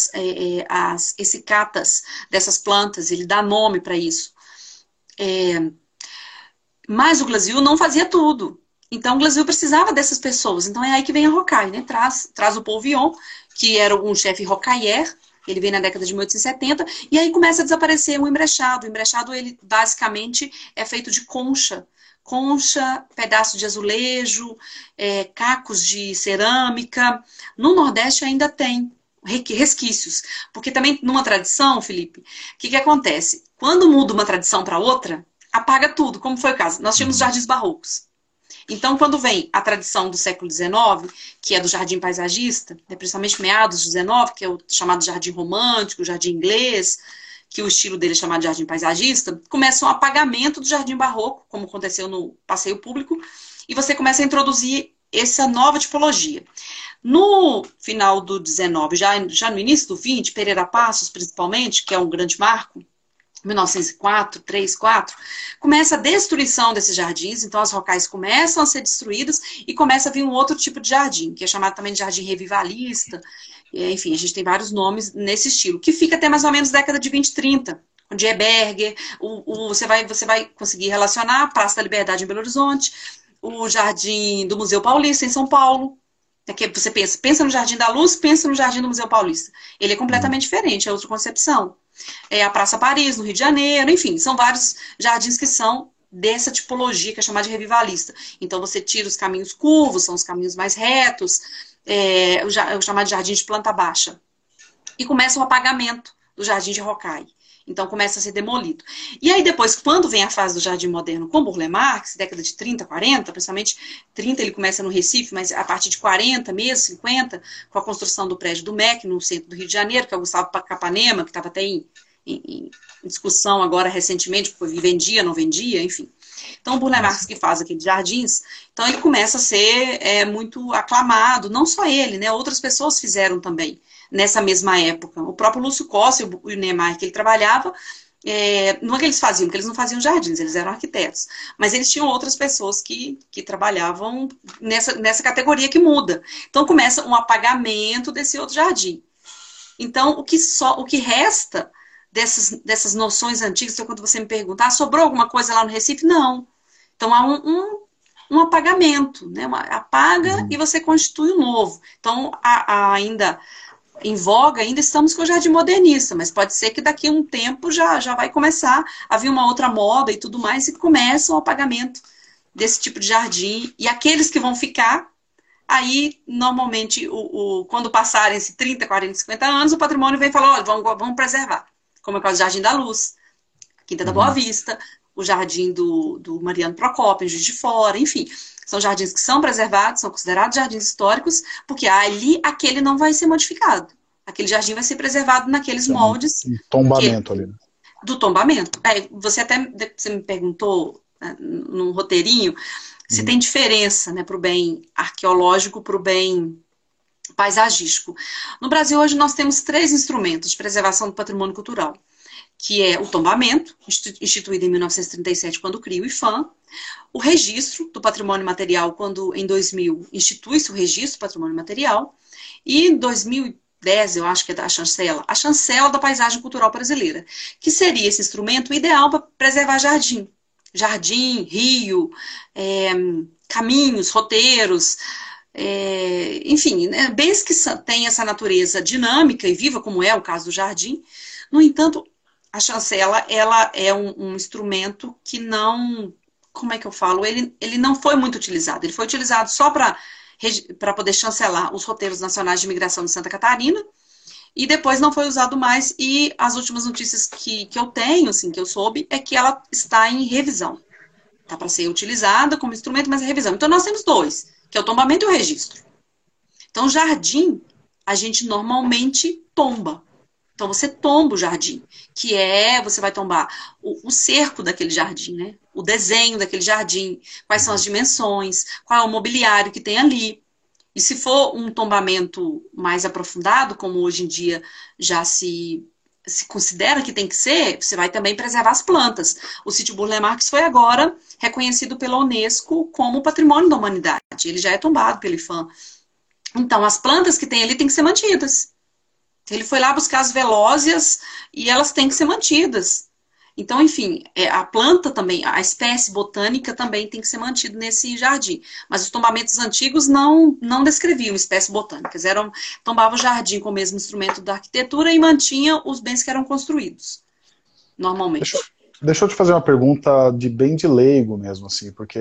as essicatas dessas plantas, ele dá nome para isso. Mas o Glasiou não fazia tudo. Então, o Glasville precisava dessas pessoas. Então, é aí que vem a Rocaille, né? Traz o Paul Vion, que era um chefe rocailleur, ele veio na década de 1870, e aí começa a desaparecer o embrechado. O embrechado, ele basicamente é feito de concha. Concha, pedaço de azulejo, cacos de cerâmica. No Nordeste ainda tem resquícios. Porque também, numa tradição, Felipe, o que acontece? Quando muda uma tradição para outra, apaga tudo, como foi o caso. Nós tínhamos jardins barrocos. Então, quando vem a tradição do século XIX, que é do jardim paisagista, né, principalmente meados do XIX, que é o chamado jardim romântico, jardim inglês, que o estilo dele é chamado de jardim paisagista, começa um apagamento do jardim barroco, como aconteceu no passeio público, e você começa a introduzir essa nova tipologia. No final do XIX, já no início do XX, Pereira Passos, principalmente, que é um grande marco, 1904, 3, 4, começa a destruição desses jardins, então as rocais começam a ser destruídas e começa a vir um outro tipo de jardim, que é chamado também de jardim revivalista, enfim, a gente tem vários nomes nesse estilo, que fica até mais ou menos década de 20, 30, com Dieberger, você vai conseguir relacionar a Praça da Liberdade em Belo Horizonte, o Jardim do Museu Paulista em São Paulo, que você pensa no Jardim da Luz, pensa no Jardim do Museu Paulista. Ele é completamente diferente, é outra concepção. É a Praça Paris, no Rio de Janeiro, enfim, são vários jardins que são dessa tipologia, que é chamada de revivalista. Então, você tira os caminhos curvos, são os caminhos mais retos, o chamado de jardim de planta baixa. E começa o apagamento do jardim de Rocaille. Então, começa a ser demolido. E aí, depois, quando vem a fase do jardim moderno com Burle Marx, década de 30, 40, principalmente 30 ele começa no Recife, mas a partir de 40 mesmo, 50, com a construção do prédio do MEC, no centro do Rio de Janeiro, que é o Gustavo Capanema, que estava até em discussão agora recentemente, porque vendia, não vendia, enfim. Então, o Burle Marx que faz aqueles jardins, então ele começa a ser muito aclamado, não só ele, né? Outras pessoas fizeram também nessa mesma época. O próprio Lúcio Costa e o Niemeyer, que ele trabalhava, não é que eles faziam, porque eles não faziam jardins, eles eram arquitetos. Mas eles tinham outras pessoas que trabalhavam nessa categoria que muda. Então começa um apagamento desse outro jardim. Então, o que resta dessas noções antigas, então, quando você me pergunta, sobrou alguma coisa lá no Recife? Não. Então há um apagamento, né? Apaga e você constitui um novo. Então, ainda em voga, ainda estamos com o jardim modernista, mas pode ser que daqui a um tempo já vai começar a vir uma outra moda e tudo mais, e começa o apagamento desse tipo de jardim. E aqueles que vão ficar, aí, normalmente, quando passarem esses 30, 40, 50 anos, o patrimônio vem e fala, olha, vamos preservar. Como é o caso do Jardim da Luz, Quinta da Boa Vista, o jardim do Mariano Procópio, em Juiz de Fora, enfim. São jardins que são preservados, são considerados jardins históricos, porque ali aquele não vai ser modificado. Aquele jardim vai ser preservado naqueles moldes. Um tombamento ali. Do tombamento. Você me perguntou, né, num roteirinho, se tem diferença, né, para o bem arqueológico, para o bem paisagístico. No Brasil, hoje, nós temos 3 instrumentos de preservação do patrimônio cultural, que é o tombamento, instituído em 1937, quando cria o IPHAN, o registro do patrimônio material, quando em 2000 institui-se o registro do patrimônio material, e em 2010, eu acho que é a chancela da paisagem cultural brasileira, que seria esse instrumento ideal para preservar jardim, rio, caminhos, roteiros, enfim, né, bens que têm essa natureza dinâmica e viva, como é o caso do jardim. No entanto, a chancela, ela é um instrumento que não, como é que eu falo, ele não foi muito utilizado. Ele foi utilizado só para poder chancelar os roteiros nacionais de imigração de Santa Catarina, e depois não foi usado mais, e as últimas notícias que eu tenho, assim, que eu soube, é que ela está em revisão. Está para ser utilizada como instrumento, mas é revisão. Então nós temos 2, que é o tombamento e o registro. Então, jardim, a gente normalmente tomba. Então, você tomba o jardim, você vai tombar o cerco daquele jardim, né? O desenho daquele jardim, quais são as dimensões, qual é o mobiliário que tem ali. E se for um tombamento mais aprofundado, como hoje em dia já se considera que tem que ser, você vai também preservar as plantas. O sítio Burle Marx foi agora reconhecido pela Unesco como Patrimônio da Humanidade. Ele já é tombado pelo IPHAN. Então, as plantas que tem ali têm que ser mantidas. Ele foi lá buscar as velózias e elas têm que ser mantidas. Então, enfim, a planta também, a espécie botânica também tem que ser mantida nesse jardim. Mas os tombamentos antigos não descreviam espécies botânicas. Tombava o jardim com o mesmo instrumento da arquitetura e mantinha os bens que eram construídos, Deixa, normalmente. deixa eu te fazer uma pergunta de bem de leigo mesmo, assim, porque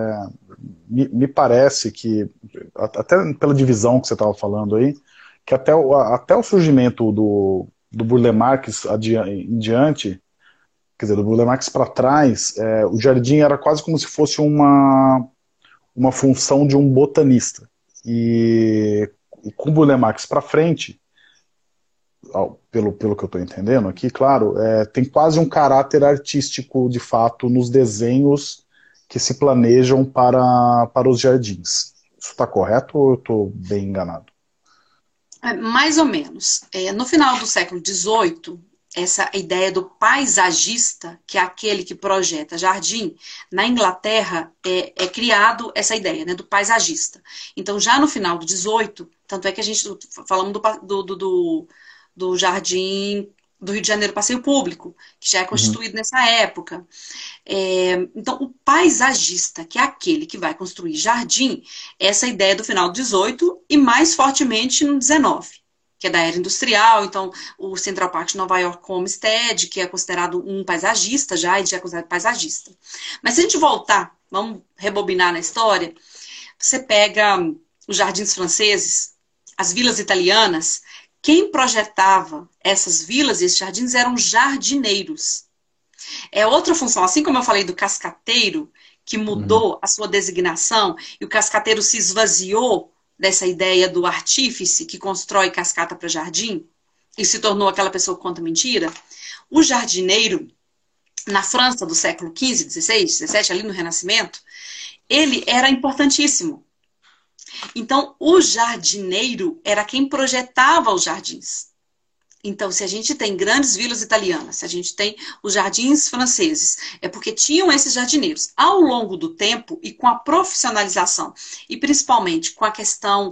me parece que, até pela divisão que você estava falando aí, que até o surgimento do Burle Marx em diante, quer dizer, do Burle Marx para trás, o jardim era quase como se fosse uma função de um botanista. E com o Burle Marx para frente, pelo que eu estou entendendo aqui, claro, tem quase um caráter artístico, de fato, nos desenhos que se planejam para os jardins. Isso está correto ou eu estou bem enganado? Mais ou menos. No final do século XVIII, essa ideia do paisagista, que é aquele que projeta jardim, na Inglaterra é criado essa ideia, né, do paisagista. Então, já no final do XVIII, tanto é que a gente falamos do jardim do Rio de Janeiro Passeio Público, que já é Uhum. constituído nessa época. Então, o paisagista, que é aquele que vai construir jardim, essa ideia do final do XVIII e mais fortemente no XIX, que é da era industrial. Então, o Central Park de Nova York com Olmsted, que é considerado um paisagista já, ele já é considerado paisagista. Mas se a gente voltar, vamos rebobinar na história, você pega os jardins franceses, as vilas italianas, quem projetava essas vilas e esses jardins eram jardineiros. É outra função, assim como eu falei do cascateiro, que Uhum. mudou a sua designação, e o cascateiro se esvaziou dessa ideia do artífice que constrói cascata para jardim, e se tornou aquela pessoa que conta mentira. O jardineiro, na França do século XV, XVI, XVII, ali no Renascimento, ele era importantíssimo. Então, o jardineiro era quem projetava os jardins. Então, se a gente tem grandes vilas italianas, se a gente tem os jardins franceses, é porque tinham esses jardineiros. Ao longo do tempo e com a profissionalização, e principalmente com a questão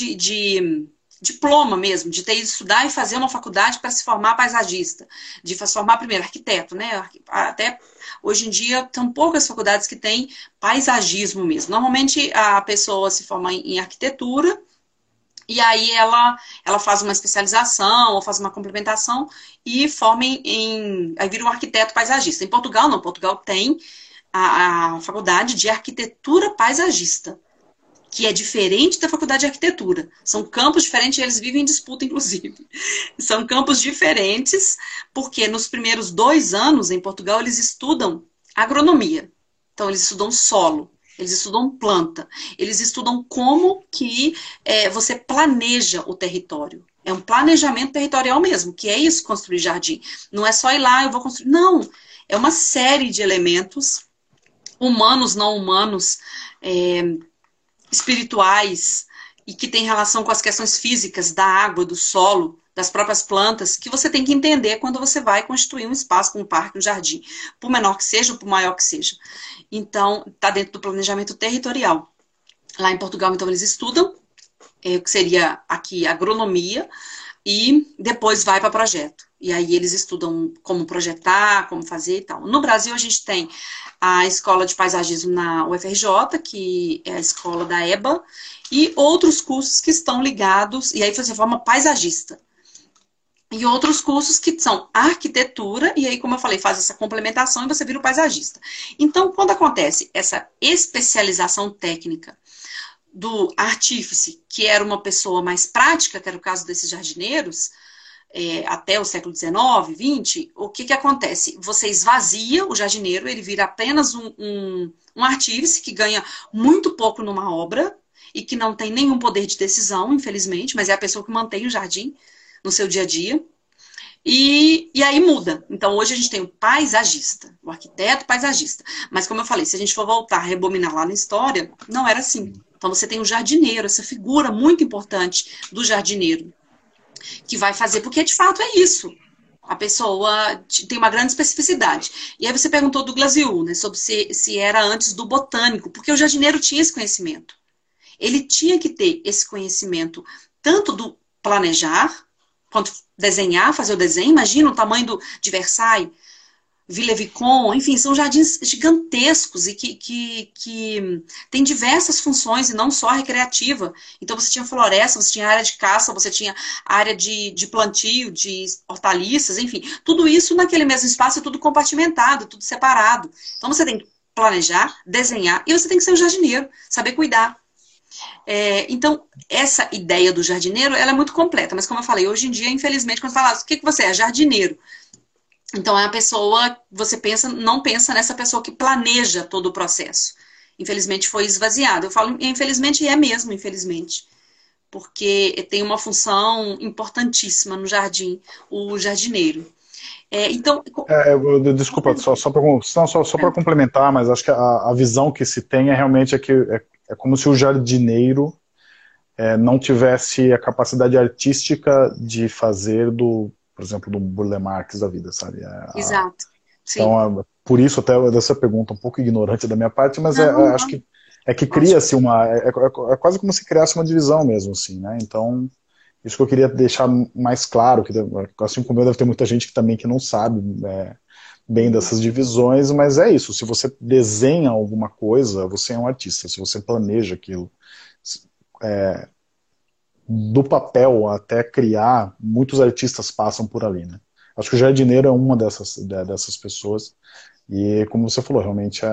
de diploma mesmo, de ter ido estudar e fazer uma faculdade para se formar paisagista, de se formar primeiro arquiteto, né? Até hoje em dia, são poucas faculdades que têm paisagismo mesmo. Normalmente, a pessoa se forma em arquitetura, e aí ela faz uma especialização ou faz uma complementação e forma aí vira um arquiteto paisagista. Em Portugal, não. Portugal tem a faculdade de arquitetura paisagista, que é diferente da faculdade de arquitetura. São campos diferentes e eles vivem em disputa, inclusive. São campos diferentes, porque nos primeiros 2 anos, em Portugal, eles estudam agronomia. Então, eles estudam solo, eles estudam planta, eles estudam como que você planeja o território. É um planejamento territorial mesmo, que é isso, construir jardim. Não é só ir lá, eu vou construir. Não, é uma série de elementos, humanos, não humanos, espirituais, e que tem relação com as questões físicas da água, do solo, das próprias plantas, que você tem que entender quando você vai constituir um espaço, um parque, um jardim, por menor que seja ou por maior que seja. Então, está dentro do planejamento territorial. Lá em Portugal, então, eles estudam o que seria aqui agronomia e depois vai para projeto. E aí eles estudam como projetar, como fazer e tal. No Brasil, a gente tem a Escola de Paisagismo na UFRJ, que é a escola da EBA, e outros cursos que estão ligados, e aí você forma paisagista. E outros cursos que são arquitetura, e aí, como eu falei, faz essa complementação e você vira o paisagista. Então, quando acontece essa especialização técnica do artífice, que era uma pessoa mais prática, que era o caso desses jardineiros, até o século XIX, XX, o que acontece? Você esvazia o jardineiro, ele vira apenas um artífice que ganha muito pouco numa obra e que não tem nenhum poder de decisão, infelizmente, mas é a pessoa que mantém o jardim no seu dia a dia. E aí muda. Então, hoje a gente tem o paisagista, o arquiteto paisagista. Mas, como eu falei, se a gente for voltar, rebobinar lá na história, não era assim. Então, você tem o jardineiro, essa figura muito importante do jardineiro, que vai fazer, porque de fato é isso. A pessoa tem uma grande especificidade. E aí você perguntou do Glasiou, né, sobre se era antes do botânico, porque o jardineiro tinha esse conhecimento. Ele tinha que ter esse conhecimento tanto do planejar, quanto desenhar, fazer o desenho. Imagina o tamanho de Versailles. Villa-Vicon, enfim, são jardins gigantescos e que tem diversas funções e não só recreativa. Então você tinha floresta, você tinha área de caça, você tinha área de plantio, de hortaliças, enfim, tudo isso naquele mesmo espaço, tudo compartimentado, tudo separado. Então você tem que planejar, desenhar e você tem que ser um jardineiro, saber cuidar. Então, essa ideia do jardineiro, ela é muito completa, mas como eu falei, hoje em dia, infelizmente, quando você fala, o que você é? Jardineiro. Então, é a pessoa, você não pensa nessa pessoa que planeja todo o processo. Infelizmente, foi esvaziado. Eu falo, infelizmente, e é mesmo, infelizmente. Porque tem uma função importantíssima no jardim, o jardineiro. Então... Desculpa, só para complementar, mas acho que a visão que se tem é realmente que é como se o jardineiro não tivesse a capacidade artística de fazer por exemplo, do Burle Marx da vida, sabe? Exato. Sim. Então, por isso até dessa pergunta um pouco ignorante da minha parte, mas acho que cria-se é quase como se criasse uma divisão mesmo, assim, né? Então, isso que eu queria deixar mais claro, que assim como eu, deve ter muita gente que não sabe bem dessas divisões, mas é isso, se você desenha alguma coisa, você é um artista, se você planeja aquilo, do papel até criar, muitos artistas passam por ali, né? Acho que o jardineiro é uma dessas pessoas, e como você falou, realmente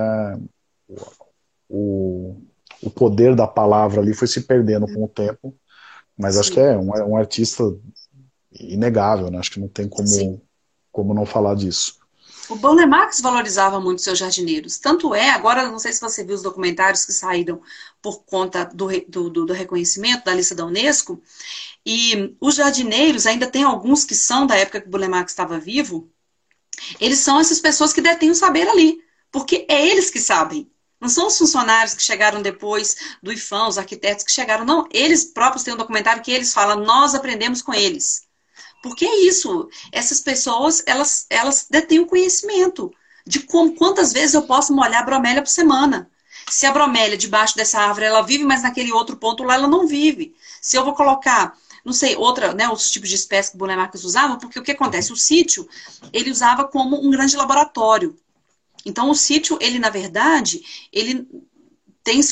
o poder da palavra ali foi se perdendo com o tempo, mas acho que é um artista inegável, né? Acho que não tem como não falar disso. O Burle Marx valorizava muito seus jardineiros. Tanto agora não sei se você viu os documentários que saíram por conta do reconhecimento da lista da Unesco, e os jardineiros, ainda tem alguns que são da época que o Burle Marx estava vivo, eles são essas pessoas que detêm o saber ali, porque é eles que sabem. Não são os funcionários que chegaram depois do IFAM, os arquitetos que chegaram, não. Eles próprios têm um documentário que eles falam, nós aprendemos com eles. Porque é isso, essas pessoas, elas detêm o conhecimento de quantas vezes eu posso molhar a bromélia por semana. Se a bromélia debaixo dessa árvore, ela vive, mas naquele outro ponto lá ela não vive. Se eu vou colocar, não sei, outros tipos de espécies que o Burle Marx usava, porque o que acontece? O sítio, ele usava como um grande laboratório. Então, o sítio, ele, na verdade, ele tem-se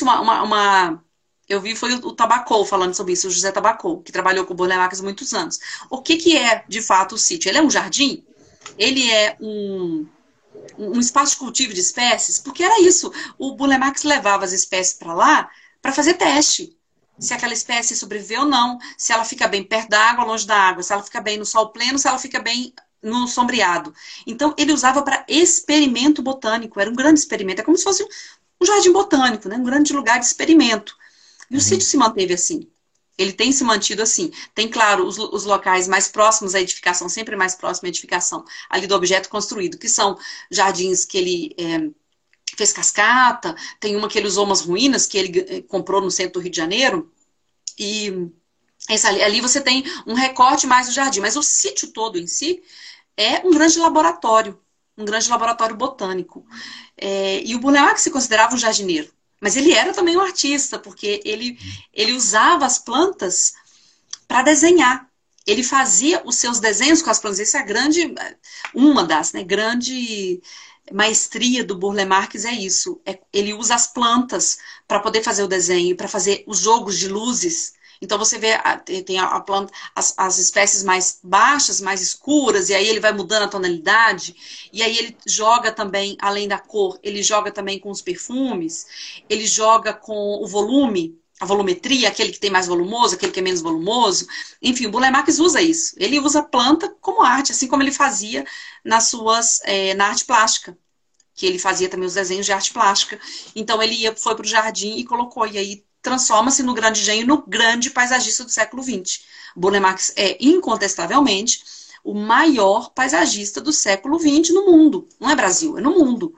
eu vi, foi o Tabacol falando sobre isso, o José Tabacol, que trabalhou com o Burle Marx há muitos anos. O que é, de fato, o sítio? Ele é um jardim? Ele é um espaço de cultivo de espécies? Porque era isso. O Burle Marx levava as espécies para lá para fazer teste. Se aquela espécie sobreviveu ou não, se ela fica bem perto da água, longe da água, se ela fica bem no sol pleno, se ela fica bem no sombreado. Então, ele usava para experimento botânico. Era um grande experimento. É como se fosse um jardim botânico, né? Um grande lugar de experimento. E o sítio se manteve assim. Ele tem se mantido assim. Tem, claro, os locais mais próximos à edificação, sempre mais próximo à edificação, ali do objeto construído, que são jardins que ele fez cascata, tem uma que ele usou umas ruínas que ele comprou no centro do Rio de Janeiro, e ali você tem um recorte mais do jardim. Mas o sítio todo em si é um grande laboratório botânico. E o Burle Marx se considerava um jardineiro. Mas ele era também um artista, porque ele usava as plantas para desenhar. Ele fazia os seus desenhos com as plantas. Essa é uma das, né, grande maestria do Burle Marx é isso. Ele usa as plantas para poder fazer o desenho, para fazer os jogos de luzes. Então você vê, tem a planta, as espécies mais baixas, mais escuras, e aí ele vai mudando a tonalidade, e aí ele joga também, além da cor, ele joga também com os perfumes, ele joga com o volume, a volumetria, aquele que tem mais volumoso, aquele que é menos volumoso. Enfim, o Burle Marx usa isso. Ele usa a planta como arte, assim como ele fazia na arte plástica, que ele fazia também os desenhos de arte plástica. Então ele foi para o jardim e colocou, e aí transforma-se no grande engenho, no grande paisagista do século XX. Burle Marx é, incontestavelmente, o maior paisagista do século XX no mundo. Não é Brasil, é no mundo.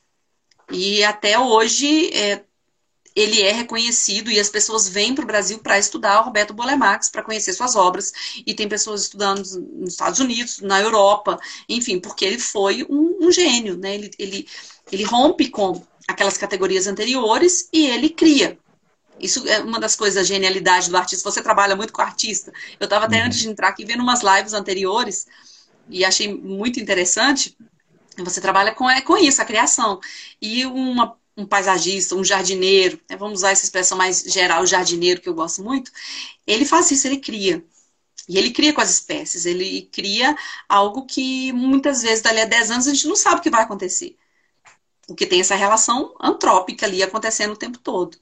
E até hoje ele é reconhecido e as pessoas vêm para o Brasil para estudar o Roberto Burle Marx, para conhecer suas obras. E tem pessoas estudando nos Estados Unidos, na Europa, enfim, porque ele foi um gênio, né? Ele rompe com aquelas categorias anteriores e ele cria. Isso é uma das coisas da genialidade do artista. Você trabalha muito com artista. Eu estava até antes de entrar aqui vendo umas lives anteriores e achei muito interessante. Você trabalha com isso, a criação. E um paisagista, um jardineiro, né, vamos usar essa expressão mais geral, o jardineiro, que eu gosto muito, ele faz isso, ele cria. E ele cria com as espécies, ele cria algo que muitas vezes, dali a 10 anos, a gente não sabe o que vai acontecer. Porque tem essa relação antrópica ali acontecendo o tempo todo.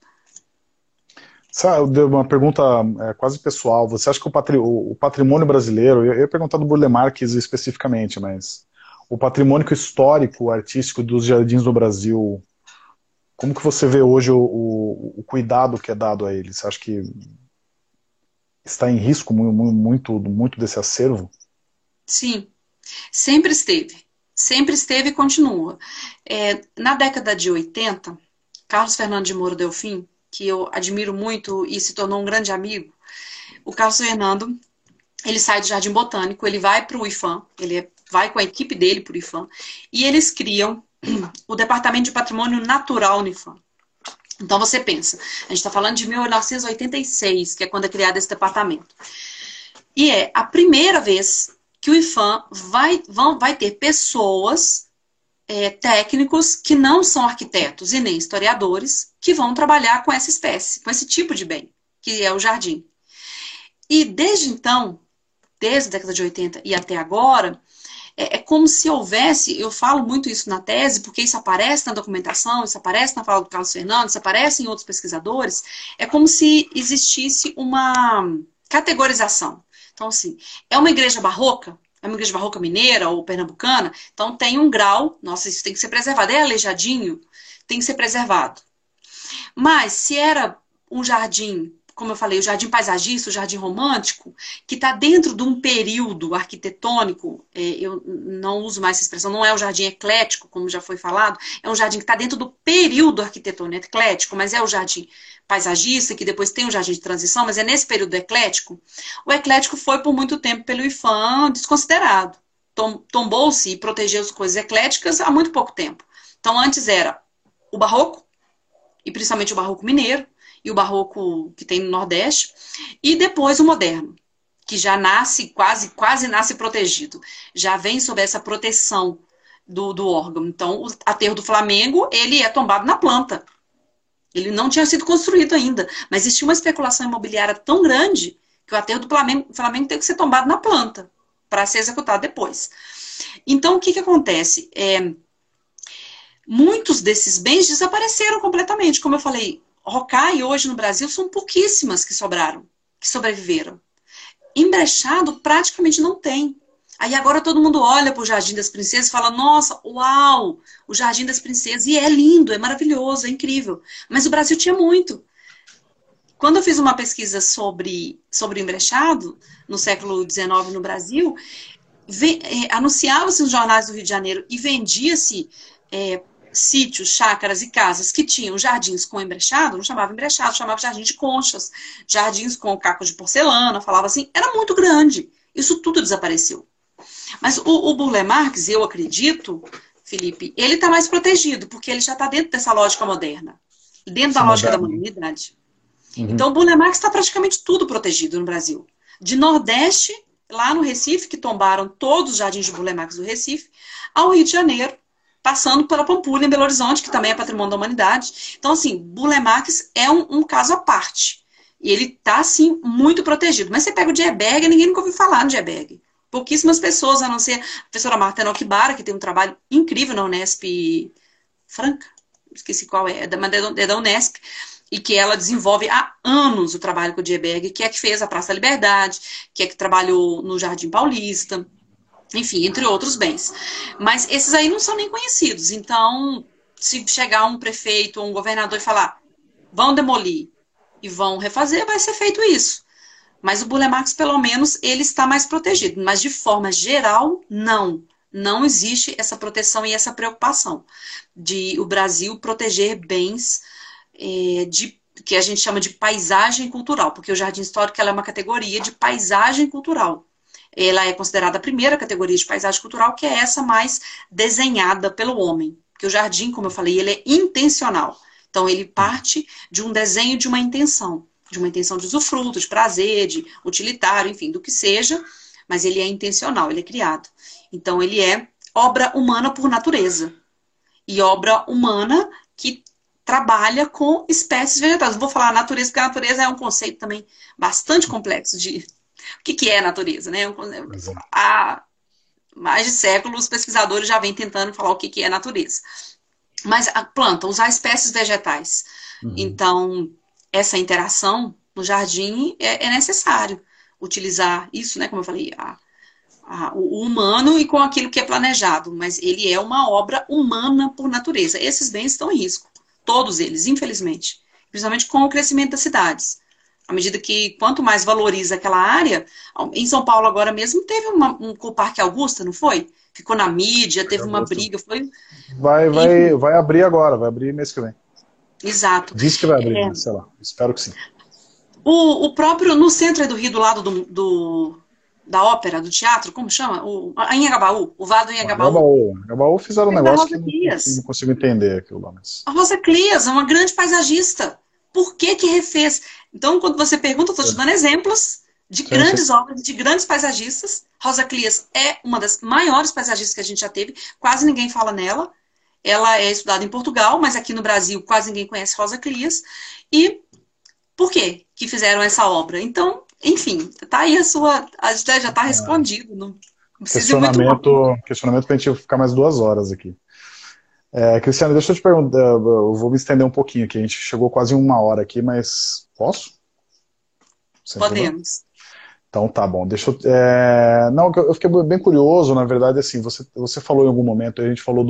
Sabe, uma pergunta quase pessoal. Você acha que o patrimônio brasileiro, eu ia perguntar do Burle Marx especificamente, mas o patrimônio histórico, artístico dos jardins do Brasil, como que você vê hoje o cuidado que é dado a eles? Você acha que está em risco muito desse acervo? Sim, sempre esteve. Sempre esteve e continua. Na década de 80, Carlos Fernando de Moura Delfim, que eu admiro muito e se tornou um grande amigo, o Carlos Fernando, ele sai do Jardim Botânico, ele vai para o IFAM, vai com a equipe dele para o IFAM, e eles criam o Departamento de Patrimônio Natural no IFAM. Então você pensa, a gente está falando de 1986, que é quando é criado esse departamento. E é a primeira vez que o IFAM vai ter pessoas, técnicos, que não são arquitetos e nem historiadores, que vão trabalhar com essa espécie, com esse tipo de bem, que é o jardim. E desde então, desde a década de 80 e até agora, é como se houvesse, eu falo muito isso na tese, porque isso aparece na documentação, isso aparece na fala do Carlos Fernando, isso aparece em outros pesquisadores, é como se existisse uma categorização. Então, assim, é uma igreja barroca? É uma igreja barroca mineira ou pernambucana? Então tem um grau, nossa, isso tem que ser preservado. É aleijadinho? Tem que ser preservado. Mas se era um jardim, como eu falei, o jardim paisagista, o jardim romântico, que está dentro de um período arquitetônico, eu não uso mais essa expressão, não é o jardim eclético, como já foi falado, é um jardim que está dentro do período arquitetônico eclético, mas é o jardim paisagista, que depois tem o jardim de transição, mas é nesse período eclético. O eclético foi por muito tempo pelo IFAM desconsiderado. Tombou-se e protegeu as coisas ecléticas há muito pouco tempo. Então antes era o barroco, e principalmente o barroco mineiro, e o barroco que tem no Nordeste, e depois o moderno, que já nasce, quase nasce protegido, já vem sob essa proteção do órgão. Então, o aterro do Flamengo, ele é tombado na planta. Ele não tinha sido construído ainda, mas existia uma especulação imobiliária tão grande que o aterro do Flamengo tem que ser tombado na planta para ser executado depois. Então, o que acontece? Muitos desses bens desapareceram completamente. Como eu falei, Rocaille hoje no Brasil são pouquíssimas que sobraram, que sobreviveram. Embrechado praticamente não tem. Aí agora todo mundo olha para o Jardim das Princesas e fala, nossa, uau, o Jardim das Princesas. E é lindo, é maravilhoso, é incrível. Mas o Brasil tinha muito. Quando eu fiz uma pesquisa sobre embrechado, no século XIX no Brasil, anunciava-se nos jornais do Rio de Janeiro e vendia-se sítios, chácaras e casas que tinham jardins com embrechado, não chamava embrechado, chamava jardim de conchas, jardins com caco de porcelana, falava assim, era muito grande. Isso tudo desapareceu. Mas o Burle Marx, eu acredito, Felipe, ele está mais protegido, porque ele já está dentro dessa lógica moderna, dentro da lógica da modernidade. Uhum. Então o Burle Marx está praticamente tudo protegido no Brasil. De Nordeste, lá no Recife, que tombaram todos os jardins de Burle Marx do Recife, ao Rio de Janeiro, passando pela Pampulha, em Belo Horizonte, que também é patrimônio da humanidade. Então, assim, Burle Marx é um caso à parte. E ele está, assim, muito protegido. Mas você pega o Dieberg, ninguém nunca ouviu falar no Dieberg. Pouquíssimas pessoas, a não ser a professora Marta Okbara, que tem um trabalho incrível na Unesp Franca, esqueci qual é da Unesp, e que ela desenvolve há anos o trabalho com o Dieberg, que é que fez a Praça da Liberdade, que é que trabalhou no Jardim Paulista, enfim, entre outros bens. Mas esses aí não são nem conhecidos. Então, se chegar um prefeito ou um governador e falar, vão demolir e vão refazer, vai ser feito isso. Mas o Burle Marx, pelo menos, ele está mais protegido. Mas, de forma geral, não. Não existe essa proteção e essa preocupação de o Brasil proteger bens que a gente chama de paisagem cultural, porque o Jardim Histórico ela é uma categoria de paisagem cultural. Ela é considerada a primeira categoria de paisagem cultural, que é essa mais desenhada pelo homem. Porque o jardim, como eu falei, ele é intencional. Então, ele parte de um desenho de uma intenção de usufruto, de prazer, de utilitário, enfim, do que seja, mas ele é intencional, ele é criado. Então, ele é obra humana por natureza. E obra humana que trabalha com espécies vegetais. Não vou falar natureza, porque a natureza é um conceito também bastante complexo de o que é natureza, né? Exato. Há mais de séculos, os pesquisadores já vêm tentando falar o que é natureza. Mas a planta, usar espécies vegetais. Uhum. Então, essa interação no jardim é necessário utilizar isso, né? Como eu falei, o humano e com aquilo que é planejado. Mas ele é uma obra humana por natureza. Esses bens estão em risco. Todos eles, infelizmente. Principalmente com o crescimento das cidades. À medida que, quanto mais valoriza aquela área, em São Paulo agora mesmo teve com o Parque Augusta, não foi? Ficou na mídia, teve uma briga, foi... Enfim, Vai abrir agora, vai abrir mês que vem. exato. Diz que vai abrir, né? Sei lá, espero que sim. O próprio, no centro do Rio, do lado da ópera, do teatro, como chama? Em Anhangabaú, o Vado em Anhangabaú. Agabaú fizeram um Teve a negócio Rosa que não Clias. consigo entender aquilo lá, mas... A Rosa Clias é uma grande paisagista. Por que que refez? Então, quando você pergunta, eu estou te dando exemplos de Sim, sim. grandes obras, de grandes paisagistas. Rosa Clias é uma das maiores paisagistas que a gente já teve. Quase ninguém fala nela. Ela é estudada em Portugal, mas aqui no Brasil quase ninguém conhece Rosa Clias. E por quê que fizeram essa obra? Então, enfim, tá aí a já está respondido. Não precisa ir muito longe. Questionamento pra gente ficar mais 2 horas aqui. Cristiano, deixa eu te perguntar, eu vou me estender um pouquinho aqui, a gente chegou quase em 1 hora aqui, mas posso? Sem problema? Podemos. Então tá bom, deixa eu... Não, eu fiquei bem curioso, na verdade, assim, você falou em algum momento, a gente falou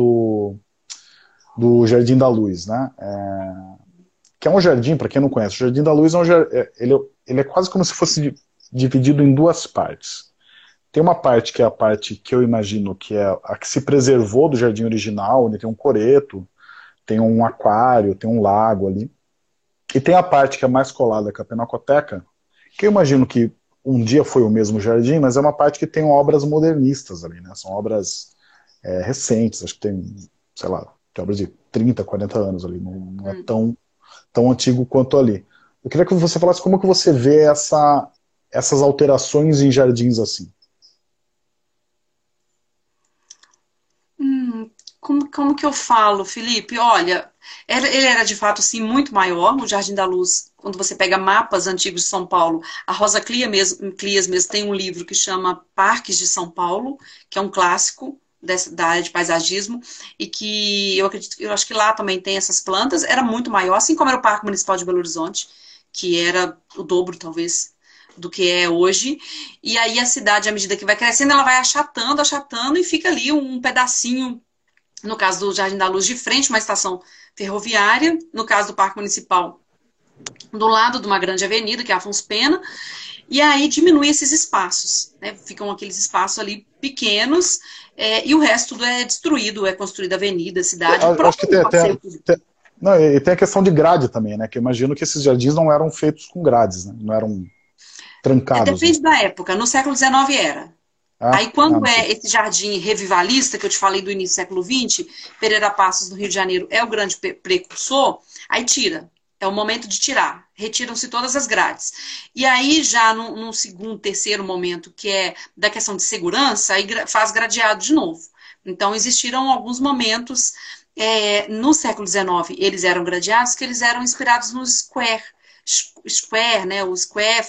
do Jardim da Luz, né? Que é um jardim, para quem não conhece, o Jardim da Luz ele é quase como se fosse dividido em 2 partes. Tem uma parte que é a parte que eu imagino que é a que se preservou do jardim original, onde tem um coreto, tem um aquário, tem um lago ali. E tem a parte que é mais colada com a Pinacoteca, que eu imagino que um dia foi o mesmo jardim, mas é uma parte que tem obras modernistas ali, né? São obras recentes, acho que tem, sei lá, tem obras de 30, 40 anos ali, não é tão antigo quanto ali. Eu queria que você falasse como que você vê essas alterações em jardins assim. Como que eu falo, Felipe? Olha, ele era de fato sim muito maior. O Jardim da Luz, quando você pega mapas antigos de São Paulo, a Rosa Clias mesmo tem um livro que chama Parques de São Paulo, que é um clássico da área de paisagismo, e que eu acho que lá também tem essas plantas. Era muito maior, assim como era o Parque Municipal de Belo Horizonte, que era o dobro, talvez, do que é hoje. E aí a cidade, à medida que vai crescendo, ela vai achatando, achatando, e fica ali um pedacinho, no caso do Jardim da Luz, de frente a uma estação ferroviária, no caso do Parque Municipal, do lado de uma grande avenida, que é a Afonso Pena, e aí diminui esses espaços, né? Ficam aqueles espaços ali pequenos, e o resto tudo é destruído, é construída avenida, cidade, o Acho que próprio passeio público. não, e tem a questão de grade também, né? Que eu imagino que esses jardins não eram feitos com grades, né? Não eram trancados, né? Depende da época, no século XIX era. Ah, Aí, quando não sei. é esse jardim revivalista, que eu te falei do início do século XX, Pereira Passos, no Rio de Janeiro, é o grande precursor, aí tira. É o momento de tirar. Retiram-se todas as grades. E aí, já num segundo, terceiro momento, que é da questão de segurança, aí faz gradeado de novo. Então, existiram alguns momentos, no século XIX, eles eram gradeados, que eles eram inspirados no square. Square, né? O square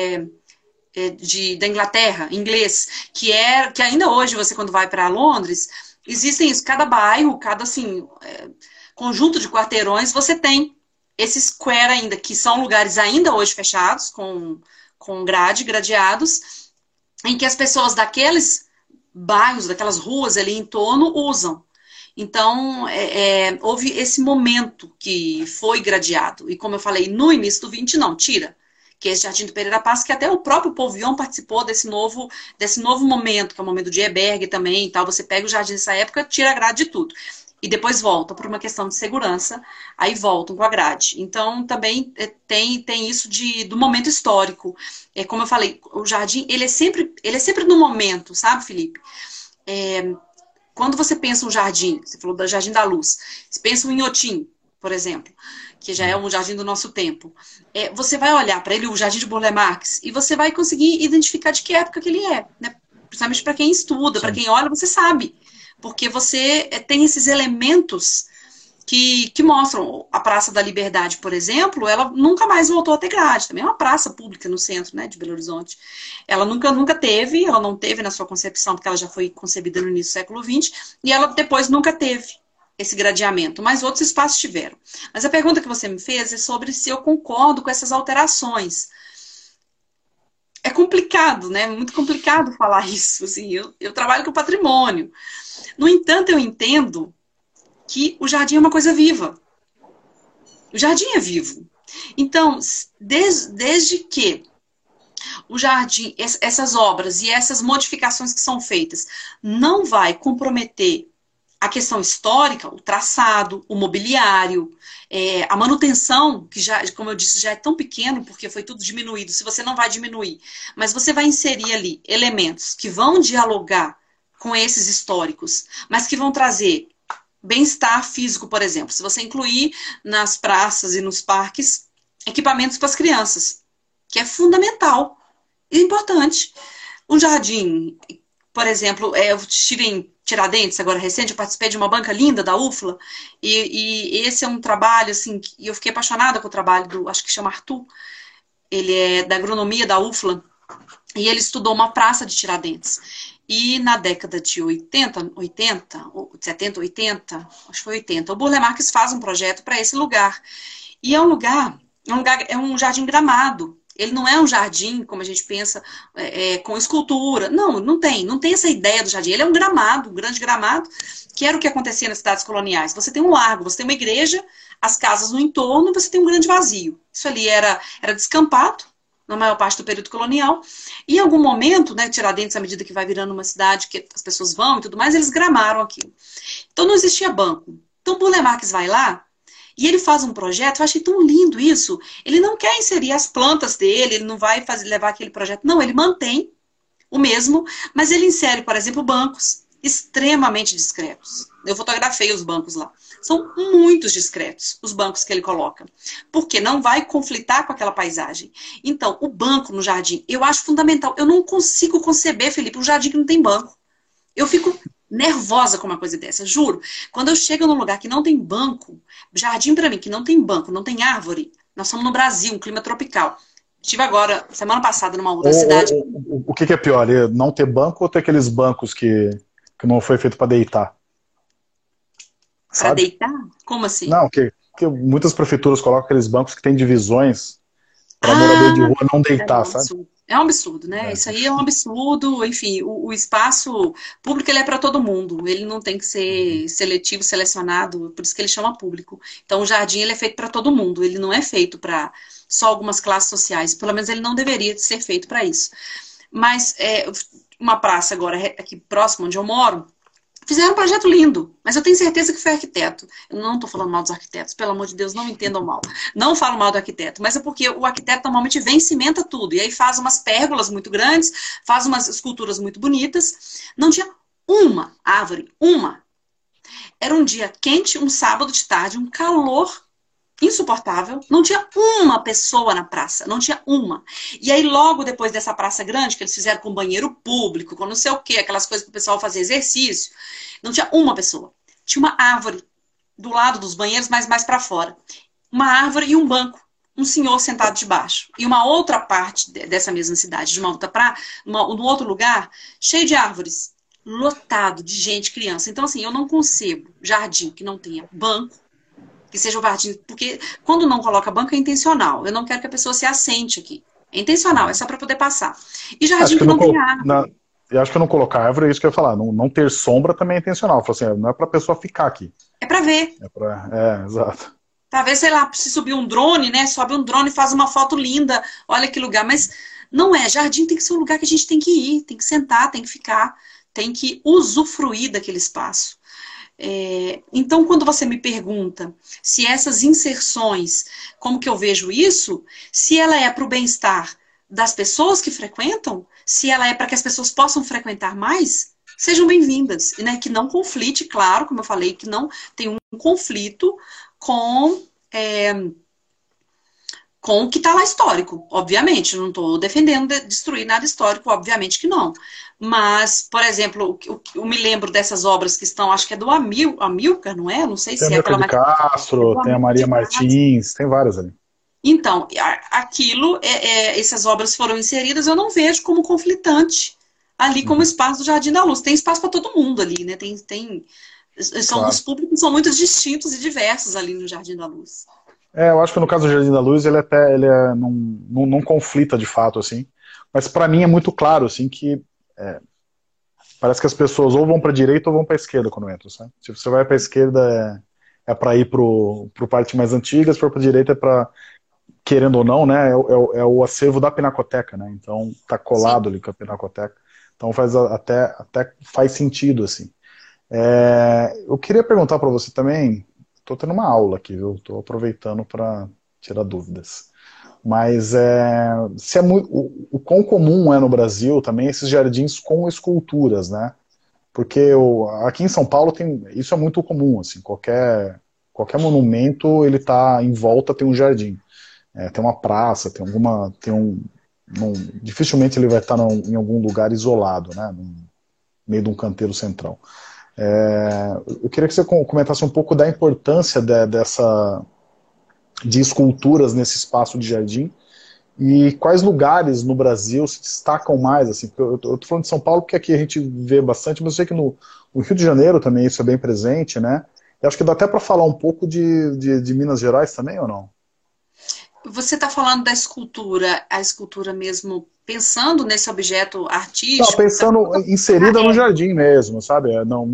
da Inglaterra, inglês, que ainda hoje você quando vai para Londres, existem isso, cada bairro, cada assim, conjunto de quarteirões, você tem esse square ainda, que são lugares ainda hoje fechados, com gradeados, em que as pessoas daqueles bairros, daquelas ruas ali em torno usam. Então, houve esse momento que foi gradeado. E como eu falei, no início do 20, não, tira. Que é esse Jardim do Pereira Passos, que até o próprio Povion participou desse novo momento, que é o momento de Eberg também e tal. Você pega o jardim dessa época, tira a grade de tudo. E depois volta por uma questão de segurança, aí voltam com a grade. Então, também tem isso do momento histórico. Como eu falei, o jardim, ele é sempre no momento, sabe, Felipe? Quando você pensa um jardim, você falou do Jardim da Luz, você pensa um Inhotim, por exemplo, que já é um jardim do nosso tempo. Você vai olhar para ele, o Jardim de Burle Marx, e você vai conseguir identificar de que época que ele é, né? Principalmente para quem estuda, para Sim. quem olha, você sabe. porque você tem esses elementos que mostram. A Praça da Liberdade, por exemplo, ela nunca mais voltou a ter grade. Também é uma praça pública no centro, né, de Belo Horizonte. Ela nunca teve, ela não teve na sua concepção, porque ela já foi concebida no início do século XX, e ela depois nunca teve esse gradeamento, mas outros espaços tiveram. Mas a pergunta que você me fez é sobre se eu concordo com essas alterações. É complicado, né? Muito complicado falar isso. Assim, eu trabalho com patrimônio. No entanto, eu entendo que o jardim é uma coisa viva. O jardim é vivo. Então, desde que o jardim, essas obras e essas modificações que são feitas, não vai comprometer a questão histórica, o traçado, o mobiliário, a manutenção, que já, como eu disse, já é tão pequeno, porque foi tudo diminuído. Se você não vai diminuir, mas você vai inserir ali elementos que vão dialogar com esses históricos, mas que vão trazer bem-estar físico, por exemplo. Se você incluir nas praças e nos parques equipamentos para as crianças, que é fundamental e importante. Um jardim, por exemplo, eu estive em Tiradentes, agora recente, eu participei de uma banca linda da UFLA, e esse é um trabalho, assim, e eu fiquei apaixonada com o trabalho do, acho que chama Arthur, ele é da agronomia da UFLA, e ele estudou uma praça de Tiradentes. E na década de 80, 70, 80, acho que foi 80, o Burle Marx faz um projeto para esse lugar. E é um jardim gramado. Ele não é um jardim, como a gente pensa, com escultura. Não tem essa ideia do jardim. Ele é um gramado, um grande gramado, que era o que acontecia nas cidades coloniais. Você tem um largo, você tem uma igreja, as casas no entorno, e você tem um grande vazio. Isso ali era descampado, na maior parte do período colonial. E em algum momento, né, Tiradentes, à medida que vai virando uma cidade que as pessoas vão e tudo mais, eles gramaram aquilo. Então não existia banco. Então o Burle Marx vai lá, e ele faz um projeto, eu achei tão lindo isso. Ele não quer inserir as plantas dele, ele não vai levar aquele projeto. Não, ele mantém o mesmo, mas ele insere, por exemplo, bancos extremamente discretos. Eu fotografei os bancos lá. São muito discretos os bancos que ele coloca. Porque não vai conflitar com aquela paisagem. Então, o banco no jardim, eu acho fundamental. Eu não consigo conceber, Felipe, um jardim que não tem banco. Eu fico nervosa com uma coisa dessa, juro. Quando eu chego num lugar que não tem banco, jardim pra mim, que não tem banco, não tem árvore, nós estamos no Brasil, um clima tropical. Estive agora, semana passada, numa outra cidade. O que é pior? Não ter banco ou ter aqueles bancos que não foi feito para deitar? Para Sabe? deitar? Como assim? Não, que muitas prefeituras colocam aqueles bancos que tem divisões para morador de rua não deitar, sabe? É um absurdo, né? Isso aí é um absurdo. Enfim, o espaço público ele é para todo mundo. Ele não tem que ser seletivo, selecionado. Por isso que ele chama público. Então, o jardim ele é feito para todo mundo. Ele não é feito para só algumas classes sociais. Pelo menos ele não deveria ser feito para isso. Mas uma praça agora aqui próximo onde eu moro, fizeram um projeto lindo, mas eu tenho certeza que foi arquiteto. Eu não estou falando mal dos arquitetos, pelo amor de Deus, não me entendam mal. Não falo mal do arquiteto, mas é porque o arquiteto normalmente vem e cimenta tudo. E aí faz umas pérgolas muito grandes, faz umas esculturas muito bonitas. Não tinha uma árvore, uma. Era um dia quente, um sábado de tarde, um calor insuportável. Não tinha uma pessoa na praça, não tinha uma. E aí logo depois dessa praça grande, que eles fizeram com banheiro público, com não sei o quê, aquelas coisas para o pessoal fazer exercício, não tinha uma pessoa. Tinha uma árvore do lado dos banheiros, mas mais para fora. Uma árvore e um banco. Um senhor sentado debaixo. E uma outra parte dessa mesma cidade, de uma outra num outro lugar, cheio de árvores, lotado de gente, criança. Então, assim, eu não concebo jardim que não tenha banco, que seja o jardim, porque quando não coloca banco é intencional. Eu não quero que a pessoa se assente aqui. É intencional, é só para poder passar. E jardim que não tem árvore. Eu acho que não colocar árvore é isso que eu ia falar. Não ter sombra também é intencional. Assim, não é para a pessoa ficar aqui. É para ver. Exato. Para ver, sei lá, se subir um drone, né? Sobe um drone e faz uma foto linda. Olha que lugar. Mas não é. Jardim tem que ser um lugar que a gente tem que ir, tem que sentar, tem que ficar, tem que usufruir daquele espaço. Então, quando você me pergunta se essas inserções, como que eu vejo isso, se ela é para o bem-estar das pessoas que frequentam, se ela é para que as pessoas possam frequentar mais, sejam bem-vindas. Né? Que não conflite, claro, como eu falei, que não tem um conflito com com o que está lá histórico, obviamente. Não estou defendendo destruir nada histórico, obviamente que não. Mas, por exemplo, eu me lembro dessas obras que estão, acho que é do Amilcar, não é? Não sei Tem a se é Milka aquela de mais. É Castro, do tem a Amilcar Maria de Castro. Martins, tem várias ali. Então, aquilo, essas obras foram inseridas, eu não vejo como conflitante ali como Uhum, espaço do Jardim da Luz. Tem espaço para todo mundo ali, né? Os claro. públicos são muito distintos e diversos ali no Jardim da Luz. Eu acho que no caso do Jardim da Luz, não conflita de fato, assim. Mas para mim é muito claro, assim, que parece que as pessoas ou vão para a direita ou vão para a esquerda quando entram, sabe? Se você vai para a esquerda é para ir pro parte mais antiga, se for para a direita é para, querendo ou não, né, é o acervo da Pinacoteca, né? Então tá Sim. colado ali com a Pinacoteca. Então até faz sentido, assim. Eu queria perguntar para você também, estou tendo uma aula aqui, viu? Estou aproveitando para tirar dúvidas. Mas se é muito, o quão comum é no Brasil também esses jardins com esculturas, né? Porque aqui em São Paulo isso é muito comum, assim, qualquer monumento ele tá em volta tem um jardim. Tem uma praça, dificilmente ele vai estar em algum lugar isolado, né? No meio de um canteiro central. Eu queria que você comentasse um pouco da importância de esculturas nesse espaço de jardim e quais lugares no Brasil se destacam mais, assim, porque eu tô falando de São Paulo porque aqui a gente vê bastante, mas eu sei que no Rio de Janeiro também isso é bem presente, né? E acho que dá até para falar um pouco de Minas Gerais também, ou não? Você está falando da escultura, a escultura mesmo, pensando nesse objeto Não, artístico? Tá pensando falando inserida no é, jardim mesmo, sabe?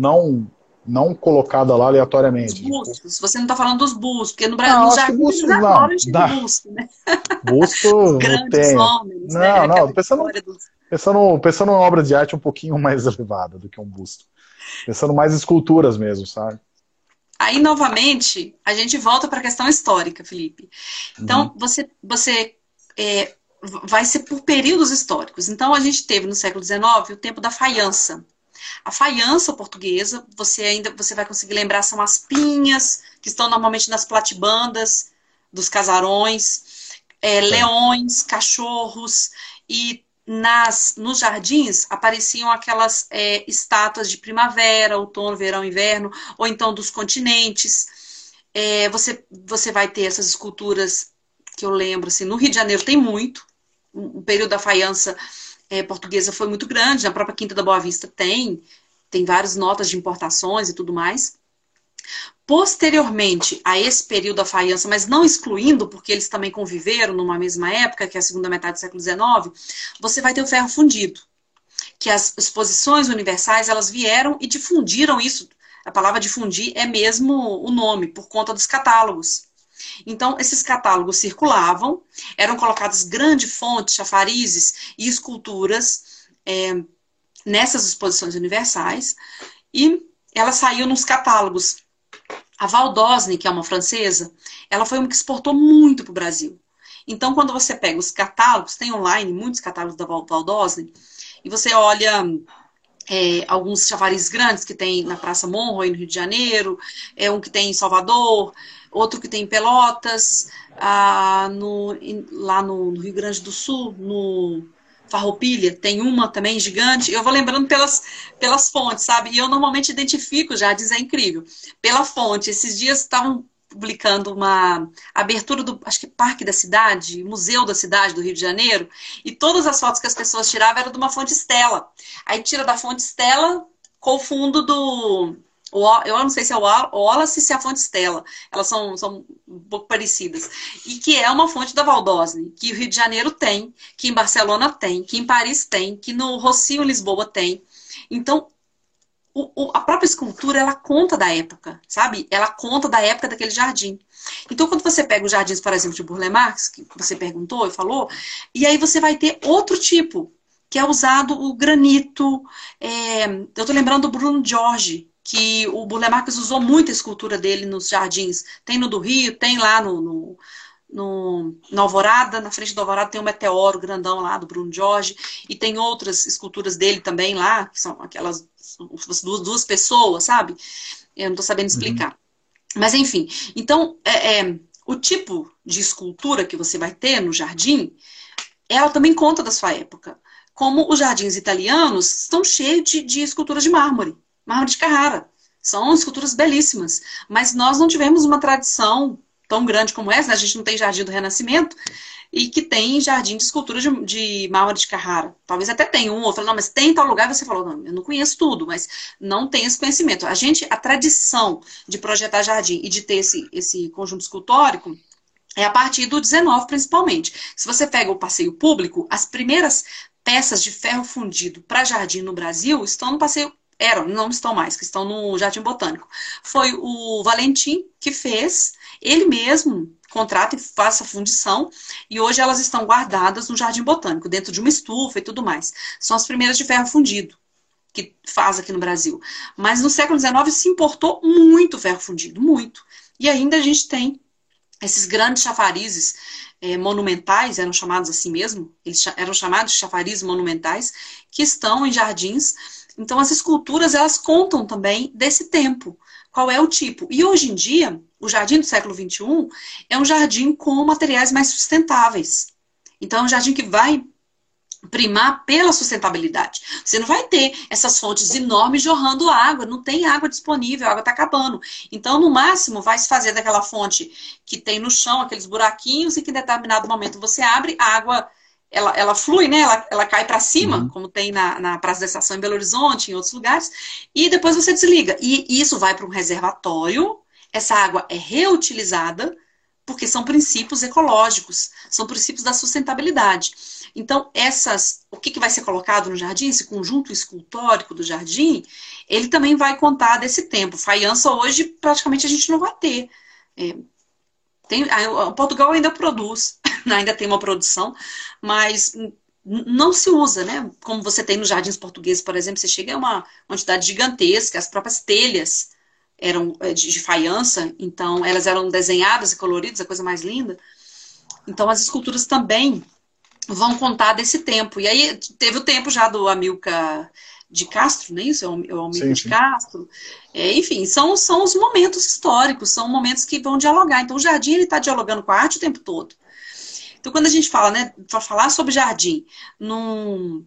Não colocada lá os aleatoriamente. Tipo, bustos. Você não está falando dos bustos, porque no Brasil, não, nos acho que jardins eles busto, não. adoram encher de busto, né? Os Busto grandes tem. homens, né? Não, Aquela pensando, história dos. pensando em uma obra de arte um pouquinho mais elevada do que um busto. Pensando mais em esculturas mesmo, sabe? Aí, novamente, a gente volta para a questão histórica, Felipe. Uhum. Então, você é, vai ser por períodos históricos. Então, a gente teve no século XIX o tempo da faiança. A faiança portuguesa, você vai conseguir lembrar, são as pinhas que estão normalmente nas platibandas dos casarões, Tem. leões, cachorros e nos jardins apareciam aquelas estátuas de primavera, outono, verão, inverno, ou então dos continentes. Você vai ter essas esculturas que eu lembro, assim, no Rio de Janeiro tem muito. O período da faiança portuguesa foi muito grande, na própria Quinta da Boa Vista tem várias notas de importações e tudo mais. Posteriormente a esse período da faiança, mas não excluindo, porque eles também conviveram numa mesma época, que é a segunda metade do século XIX, você vai ter o ferro fundido, que as exposições universais, elas vieram e difundiram isso. A palavra difundir é mesmo o nome, por conta dos catálogos. Então, esses catálogos circulavam, eram colocadas grandes fontes, chafarizes e esculturas nessas exposições universais, e ela saiu nos catálogos. A Val d'Osny, que é uma francesa, ela foi uma que exportou muito para o Brasil. Então, quando você pega os catálogos, tem online muitos catálogos da Val d'Osny, e você olha alguns chafarizes grandes que tem na Praça Monroe, no Rio de Janeiro, um que tem em Salvador, outro que tem em Pelotas, lá no Rio Grande do Sul, no Farroupilha, tem uma também gigante. Eu vou lembrando pelas fontes, sabe? E eu normalmente identifico, já diz, é incrível, pela fonte. Esses dias estavam publicando uma abertura do, acho que Parque da Cidade, Museu da Cidade do Rio de Janeiro, e todas as fotos que as pessoas tiravam eram de uma fonte Stella. Aí tira da fonte Stella com o fundo do. Eu não sei se é o Wallace ou se é a fonte Stella. Elas são um pouco parecidas. E que é uma fonte da Val d'Osny, que o Rio de Janeiro tem, que em Barcelona tem, que em Paris tem, que no Rossio, em Lisboa, tem. Então, a própria escultura, ela conta da época, sabe? Ela conta da época daquele jardim. Então, quando você pega os jardins, por exemplo, de Burle Marx, que você perguntou e falou, e aí você vai ter outro tipo, que é usado o granito. Eu tô lembrando do Bruno Jorge, que o Burle Marx usou muito a escultura dele nos jardins. Tem no do Rio, tem lá na Alvorada, na frente da Alvorada tem um meteoro grandão lá do Bruno Jorge, e tem outras esculturas dele também lá, que são aquelas duas pessoas, sabe? Eu não estou sabendo Uhum. explicar. Mas enfim, então o tipo de escultura que você vai ter no jardim, ela também conta da sua época. Como os jardins italianos estão cheios de esculturas de mármore de Carrara. São esculturas belíssimas. Mas nós não tivemos uma tradição tão grande como essa, né? A gente não tem jardim do Renascimento, e que tem jardim de escultura de mármore de Carrara. Talvez até tenha um, ou falo, não, mas tem em tal lugar, você falou, não, eu não conheço tudo, mas não tem esse conhecimento. A tradição de projetar jardim e de ter esse conjunto escultórico é a partir do 19, principalmente. Se você pega o passeio público, as primeiras peças de ferro fundido para jardim no Brasil estão no passeio, não estão mais, que estão no Jardim Botânico. Foi o Valentim que fez, ele mesmo contrata e faz a fundição, e hoje elas estão guardadas no Jardim Botânico, dentro de uma estufa e tudo mais. São as primeiras de ferro fundido que faz aqui no Brasil. Mas no século XIX se importou muito ferro fundido, muito. E ainda a gente tem esses grandes chafarizes monumentais, eram chamados assim mesmo, eles eram chamados de chafarizes monumentais, que estão em jardins. Então as esculturas, elas contam também desse tempo. Qual é o tipo? E hoje em dia, o jardim do século XXI é um jardim com materiais mais sustentáveis. Então é um jardim que vai primar pela sustentabilidade. Você não vai ter essas fontes enormes jorrando água, não tem água disponível, a água está acabando. Então, no máximo, vai se fazer daquela fonte que tem no chão, aqueles buraquinhos, e que em determinado momento você abre, a água, ela flui, né? Ela cai para cima, como tem na Praça da Estação em Belo Horizonte, em outros lugares, e depois você desliga. E isso vai para um reservatório, essa água é reutilizada, porque são princípios ecológicos, são princípios da sustentabilidade. Então, o que vai ser colocado no jardim, esse conjunto escultórico do jardim, ele também vai contar desse tempo. Faiança hoje, praticamente, a gente não vai ter. Portugal ainda produz, ainda tem uma produção, mas não se usa, né? Como você tem nos jardins portugueses, por exemplo, você chega a uma quantidade gigantesca, as próprias telhas eram de faiança, então elas eram desenhadas e coloridas, a coisa mais linda. Então, as esculturas também vão contar desse tempo. E aí teve o tempo já do Amilcar de Castro, não é isso? É o Amilcar de Castro. Enfim, são os momentos históricos, são momentos que vão dialogar. Então o jardim está dialogando com a arte o tempo todo. Então quando a gente fala, né, para falar sobre jardim no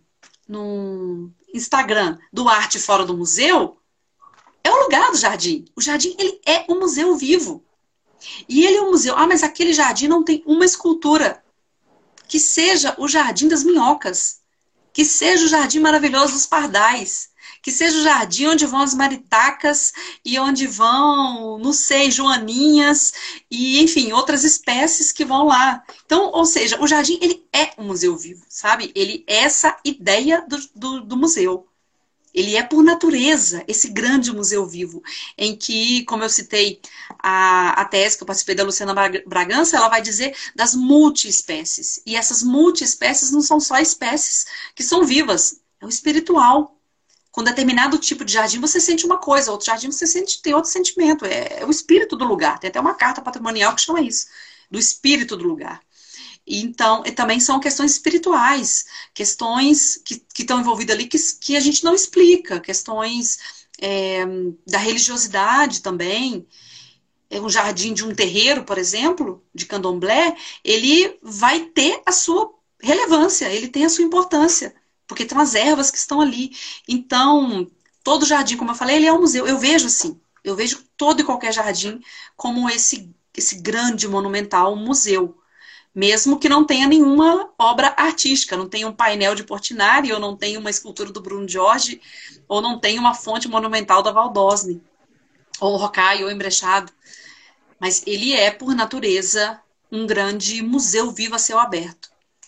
Instagram do Arte Fora do Museu, é o lugar do jardim. O jardim, ele é um museu vivo. E ele é um museu. Ah, mas aquele jardim não tem uma escultura. Que seja o Jardim das Minhocas, que seja o Jardim Maravilhoso dos Pardais, que seja o jardim onde vão as maritacas e onde vão, não sei, joaninhas e, enfim, outras espécies que vão lá. Então, ou seja, o jardim, ele é um museu vivo, sabe? Ele é essa ideia do museu. Ele é, por natureza, esse grande museu vivo, em que, como eu citei a tese que eu participei da Luciana Bragança, ela vai dizer das multiespécies. E essas multiespécies não são só espécies que são vivas, é o espiritual. Com determinado tipo de jardim você sente uma coisa, outro jardim você tem outro sentimento. É o espírito do lugar. Tem até uma carta patrimonial que chama isso, do espírito do lugar. Então, também são questões espirituais, questões que estão envolvidas ali que a gente não explica, questões da religiosidade também. Um jardim de um terreiro, por exemplo, de candomblé, ele vai ter a sua relevância, ele tem a sua importância, porque tem as ervas que estão ali. Então, todo jardim, como eu falei, ele é um museu. Eu vejo assim, eu vejo todo e qualquer jardim como esse grande monumental museu. Mesmo que não tenha nenhuma obra artística, não tenha um painel de Portinari, ou não tenha uma escultura do Bruno Jorge, ou não tenha uma fonte monumental da Valdosne, ou Rocaille, ou Embrechado. Mas ele é, por natureza, um grande museu vivo a céu aberto.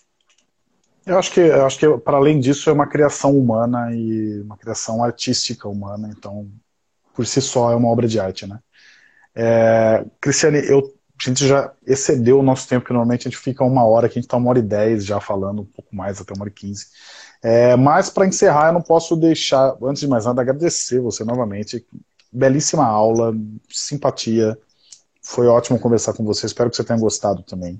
Eu acho que para além disso, é uma criação humana e uma criação artística humana, então, por si só, é uma obra de arte, né? Cristiane, a gente já excedeu o nosso tempo, que normalmente a gente fica 1 hora, que a gente está 1h10 já falando, um pouco mais, até 1h15. Mas para encerrar, eu não posso deixar, antes de mais nada, agradecer você novamente. Belíssima aula, simpatia. Foi ótimo conversar com você, espero que você tenha gostado também.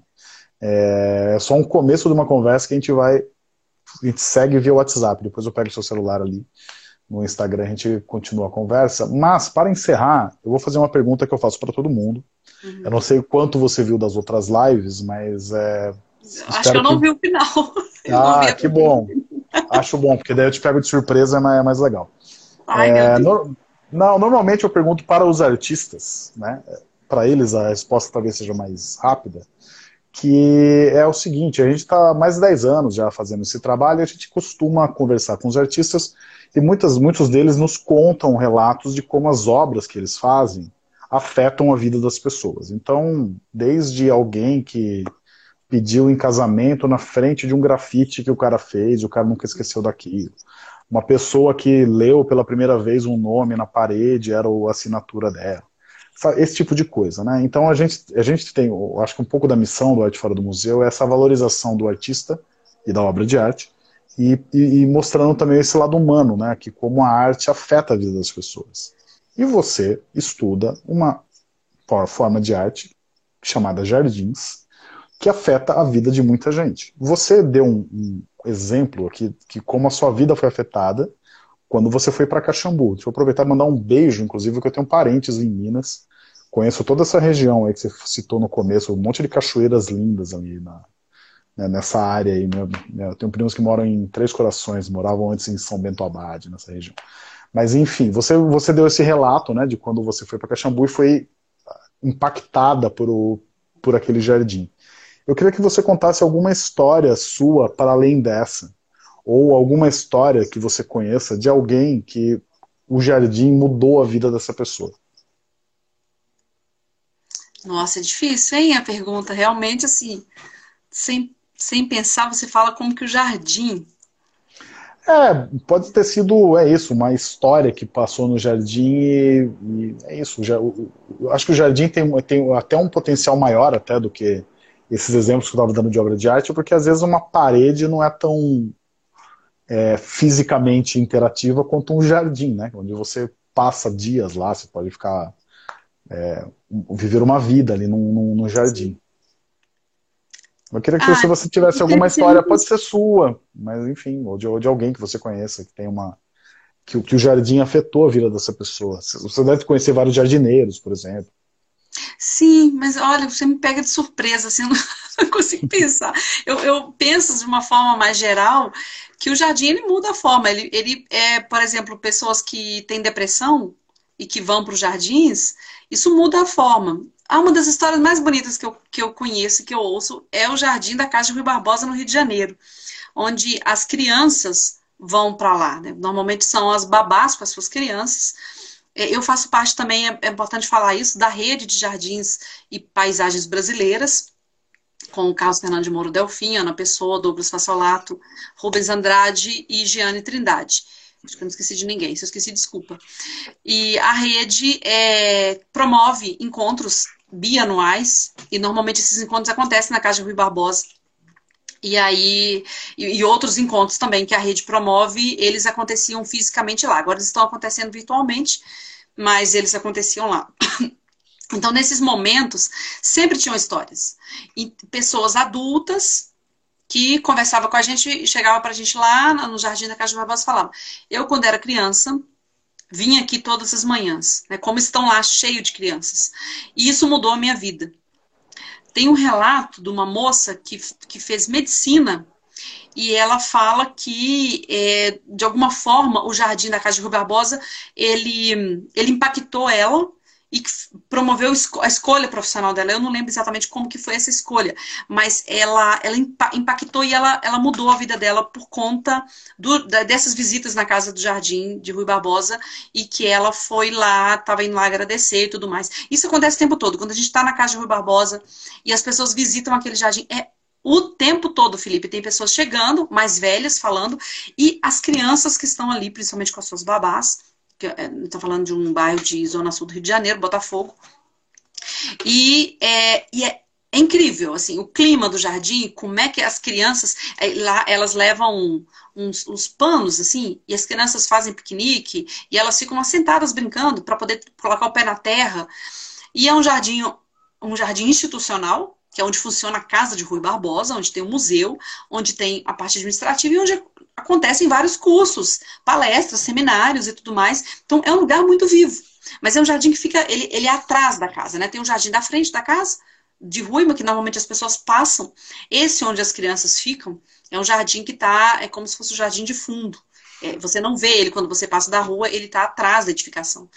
É só um começo de uma conversa que a gente segue via WhatsApp, depois eu pego o seu celular ali no Instagram a gente continua a conversa. Mas, para encerrar, eu vou fazer uma pergunta que eu faço para todo mundo. Eu não sei o quanto você viu das outras lives, mas Acho que espero eu não que... vi o final. Eu não vi Ah, a que pergunta. bom. Acho bom, porque daí eu te pego de surpresa, é mais legal. Ai, meu Deus. Não, normalmente eu pergunto para os artistas, né? Para eles a resposta talvez seja mais rápida, que é o seguinte: a gente está há mais de 10 anos já fazendo esse trabalho, e a gente costuma conversar com os artistas e muitos deles nos contam relatos de como as obras que eles fazem afetam a vida das pessoas. Então, desde alguém que pediu em casamento na frente de um grafite que o cara fez, e o cara nunca esqueceu daquilo. Uma pessoa que leu pela primeira vez um nome na parede, era a assinatura dela. Esse tipo de coisa, né? Então a gente tem, eu acho que um pouco da missão do Arte Fora do Museu é essa valorização do artista e da obra de arte, e mostrando também esse lado humano, né? Que como a arte afeta a vida das pessoas. E você estuda uma forma de arte chamada jardins, que afeta a vida de muita gente. Você deu um exemplo aqui que como a sua vida foi afetada quando você foi para Caxambu. Deixa eu aproveitar e mandar um beijo, inclusive, que eu tenho parentes em Minas. Conheço toda essa região aí que você citou no começo, um monte de cachoeiras lindas ali nessa área aí. Eu tenho primos que moram em Três Corações, moravam antes em São Bento Abade, nessa região. Mas enfim, você deu esse relato, né, de quando você foi para Caxambu e foi impactada por aquele jardim. Eu queria que você contasse alguma história sua para além dessa, ou alguma história que você conheça de alguém que o jardim mudou a vida dessa pessoa. Nossa, é difícil, hein? A pergunta realmente assim, sem pensar, você fala como que o jardim. Pode ter sido, isso, uma história que passou no jardim e é isso. Eu acho que o jardim tem até um potencial maior até do que esses exemplos que eu estava dando de obra de arte, porque às vezes uma parede não é tão fisicamente interativa quanto um jardim, né? Onde você passa dias lá, você pode ficar viver uma vida ali num jardim. Eu queria que se Ah, você tivesse eu alguma tenho história, pode muitas. ser sua, mas enfim, ou de alguém que você conheça, que tem que o jardim afetou a vida dessa pessoa. Você deve conhecer vários jardineiros, por exemplo. Sim, mas olha, você me pega de surpresa, assim, eu não, não consigo pensar. Eu penso de uma forma mais geral que o jardim ele muda a forma. Ele é, por exemplo, pessoas que têm depressão e que vão para os jardins, isso muda a forma. Uma das histórias mais bonitas que eu conheço e que eu ouço é o Jardim da Casa de Rui Barbosa, no Rio de Janeiro, onde as crianças vão para lá, né? Normalmente são as babás para as suas crianças. Eu faço parte também, é importante falar isso, da rede de jardins e paisagens brasileiras, com o Carlos Fernando de Moura Delfim, Ana Pessoa, Douglas Fassolato, Rubens Andrade e Giane Trindade. Acho que eu não esqueci de ninguém, se eu esqueci, desculpa. E a rede promove encontros bianuais, e normalmente esses encontros acontecem na Casa de Rui Barbosa. E aí, e outros encontros também que a rede promove, eles aconteciam fisicamente lá. Agora eles estão acontecendo virtualmente, mas eles aconteciam lá. Então, nesses momentos, sempre tinham histórias. E pessoas adultas que conversavam com a gente e chegavam para a gente lá no Jardim da Casa de Barbosa e falavam: eu, quando era criança, vinha aqui todas as manhãs, né? Como estão lá, cheio de crianças. E isso mudou a minha vida. Tem um relato de uma moça que fez medicina e ela fala que, de alguma forma, o Jardim da Casa de Rui Barbosa, ele impactou ela e promoveu a escolha profissional dela. Eu não lembro exatamente como que foi essa escolha, mas ela impactou e ela mudou a vida dela por conta dessas visitas na Casa do Jardim de Rui Barbosa, e que ela foi lá, estava indo lá agradecer e tudo mais. Isso acontece o tempo todo. Quando a gente está na Casa de Rui Barbosa e as pessoas visitam aquele jardim, o tempo todo, Felipe, tem pessoas chegando, mais velhas, falando, e as crianças que estão ali, principalmente com as suas babás, que estou falando de um bairro de Zona Sul do Rio de Janeiro, Botafogo, e é incrível, assim, o clima do jardim, como é que as crianças, lá elas levam uns panos, assim, e as crianças fazem piquenique, e elas ficam assentadas brincando para poder colocar o pé na terra, e é um jardim institucional, que é onde funciona a Casa de Rui Barbosa, onde tem um museu, onde tem a parte administrativa e onde acontecem vários cursos, palestras, seminários e tudo mais. Então, é um lugar muito vivo. Mas é um jardim que fica, ele é atrás da casa, né? Tem um jardim da frente da casa, de Ruima, que normalmente as pessoas passam. Esse onde as crianças ficam, é um jardim que é como se fosse um jardim de fundo. Você não vê ele quando você passa da rua, ele está atrás da edificação.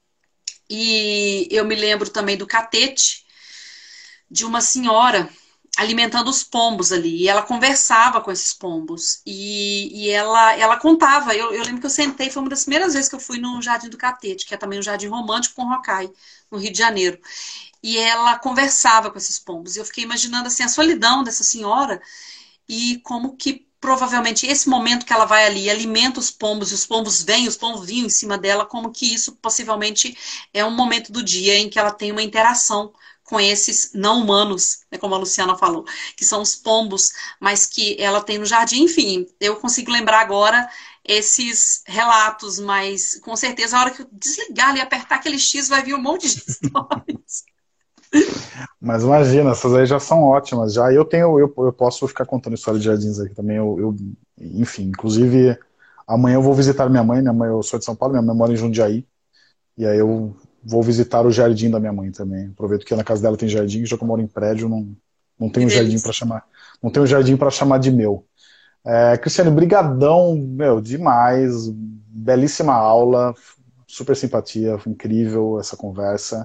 E eu me lembro também do catete de uma senhora alimentando os pombos ali, e ela conversava com esses pombos, e ela contava, eu lembro que eu sentei, foi uma das primeiras vezes que eu fui no Jardim do Catete, que é também um jardim romântico com Rocaille, no Rio de Janeiro, e ela conversava com esses pombos, e eu fiquei imaginando assim, a solidão dessa senhora, e como que provavelmente esse momento que ela vai ali, alimenta os pombos, e os pombos vinham em cima dela, como que isso possivelmente é um momento do dia em que ela tem uma interação com esses não humanos, né, como a Luciana falou, que são os pombos, mas que ela tem no jardim. Enfim, eu consigo lembrar agora esses relatos, mas com certeza a hora que eu desligar e apertar aquele X vai vir um monte de histórias. Mas imagina, essas aí já são ótimas. Já eu posso ficar contando história de jardins aqui também. Enfim, inclusive amanhã eu vou visitar minha mãe. Eu sou de São Paulo, minha mãe mora em Jundiaí. E aí eu vou visitar o jardim da minha mãe também. Aproveito que na casa dela tem jardim, já que eu moro em prédio, não tenho jardim para chamar, não tenho jardim para chamar de meu. Cristiane, brigadão, demais, belíssima aula, super simpatia, foi incrível essa conversa.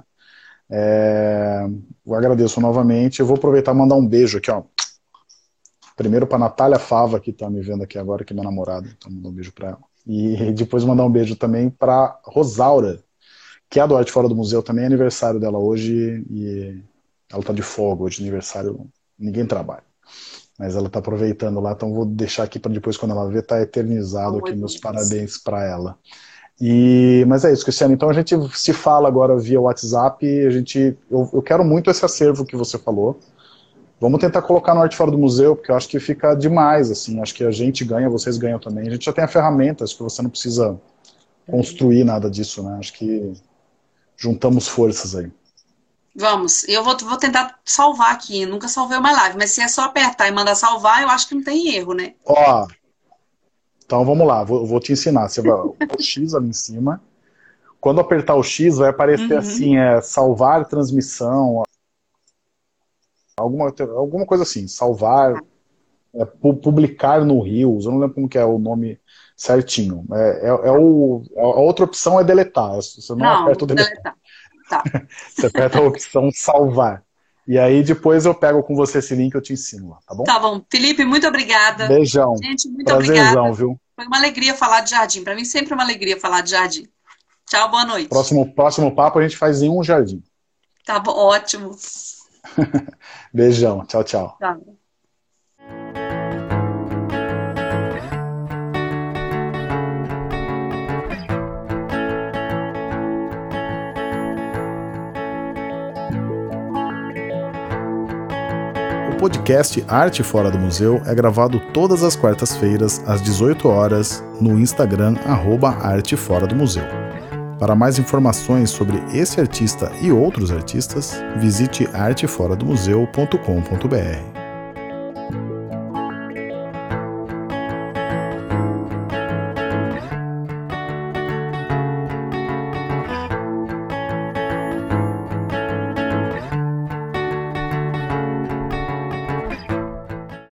Eu agradeço novamente. Eu vou aproveitar e mandar um beijo aqui, ó. Primeiro para Natália Fava, que está me vendo aqui agora, que é minha namorada, então mandar um beijo para ela. E depois mandar um beijo também para Rosaura, que é do Arte Fora do Museu, também é aniversário dela hoje, e ela tá de folga hoje, aniversário, ninguém trabalha. Mas ela tá aproveitando lá, então vou deixar aqui para depois, quando ela ver, tá eternizado aqui, meus parabéns para ela. Mas é isso, Cristiano, então a gente se fala agora via WhatsApp, eu quero muito esse acervo que você falou, vamos tentar colocar no Arte Fora do Museu, porque eu acho que fica demais, assim, acho que a gente ganha, vocês ganham também, a gente já tem a ferramenta, acho que você não precisa construir nada disso, né, acho que juntamos forças aí. Vamos, eu vou tentar salvar aqui, nunca salvei uma live, mas se é só apertar e mandar salvar, eu acho que não tem erro, né? Ó, então vamos lá, vou te ensinar, você vai o X ali em cima, quando apertar o X vai aparecer assim, salvar transmissão, alguma coisa assim, salvar, publicar no Rios, eu não lembro como que é o nome certinho, a outra opção é deletar, você não aperta o deletar. Tá. Você aperta a opção salvar. E aí depois eu pego com você esse link e eu te ensino lá, tá bom? Tá bom. Felipe, muito obrigada. Beijão. Gente, muito prazerzão, obrigada. Viu? Foi uma alegria falar de jardim. Para mim sempre é uma alegria falar de jardim. Tchau, boa noite. Próximo papo a gente faz em um jardim. Tá bom, ótimo. Beijão. Tchau, tchau. Tchau. O podcast Arte Fora do Museu é gravado todas as quartas-feiras, às 18 horas, no Instagram, @Arte Fora do Museu. Para mais informações sobre esse artista e outros artistas, visite arteforadomuseu.com.br.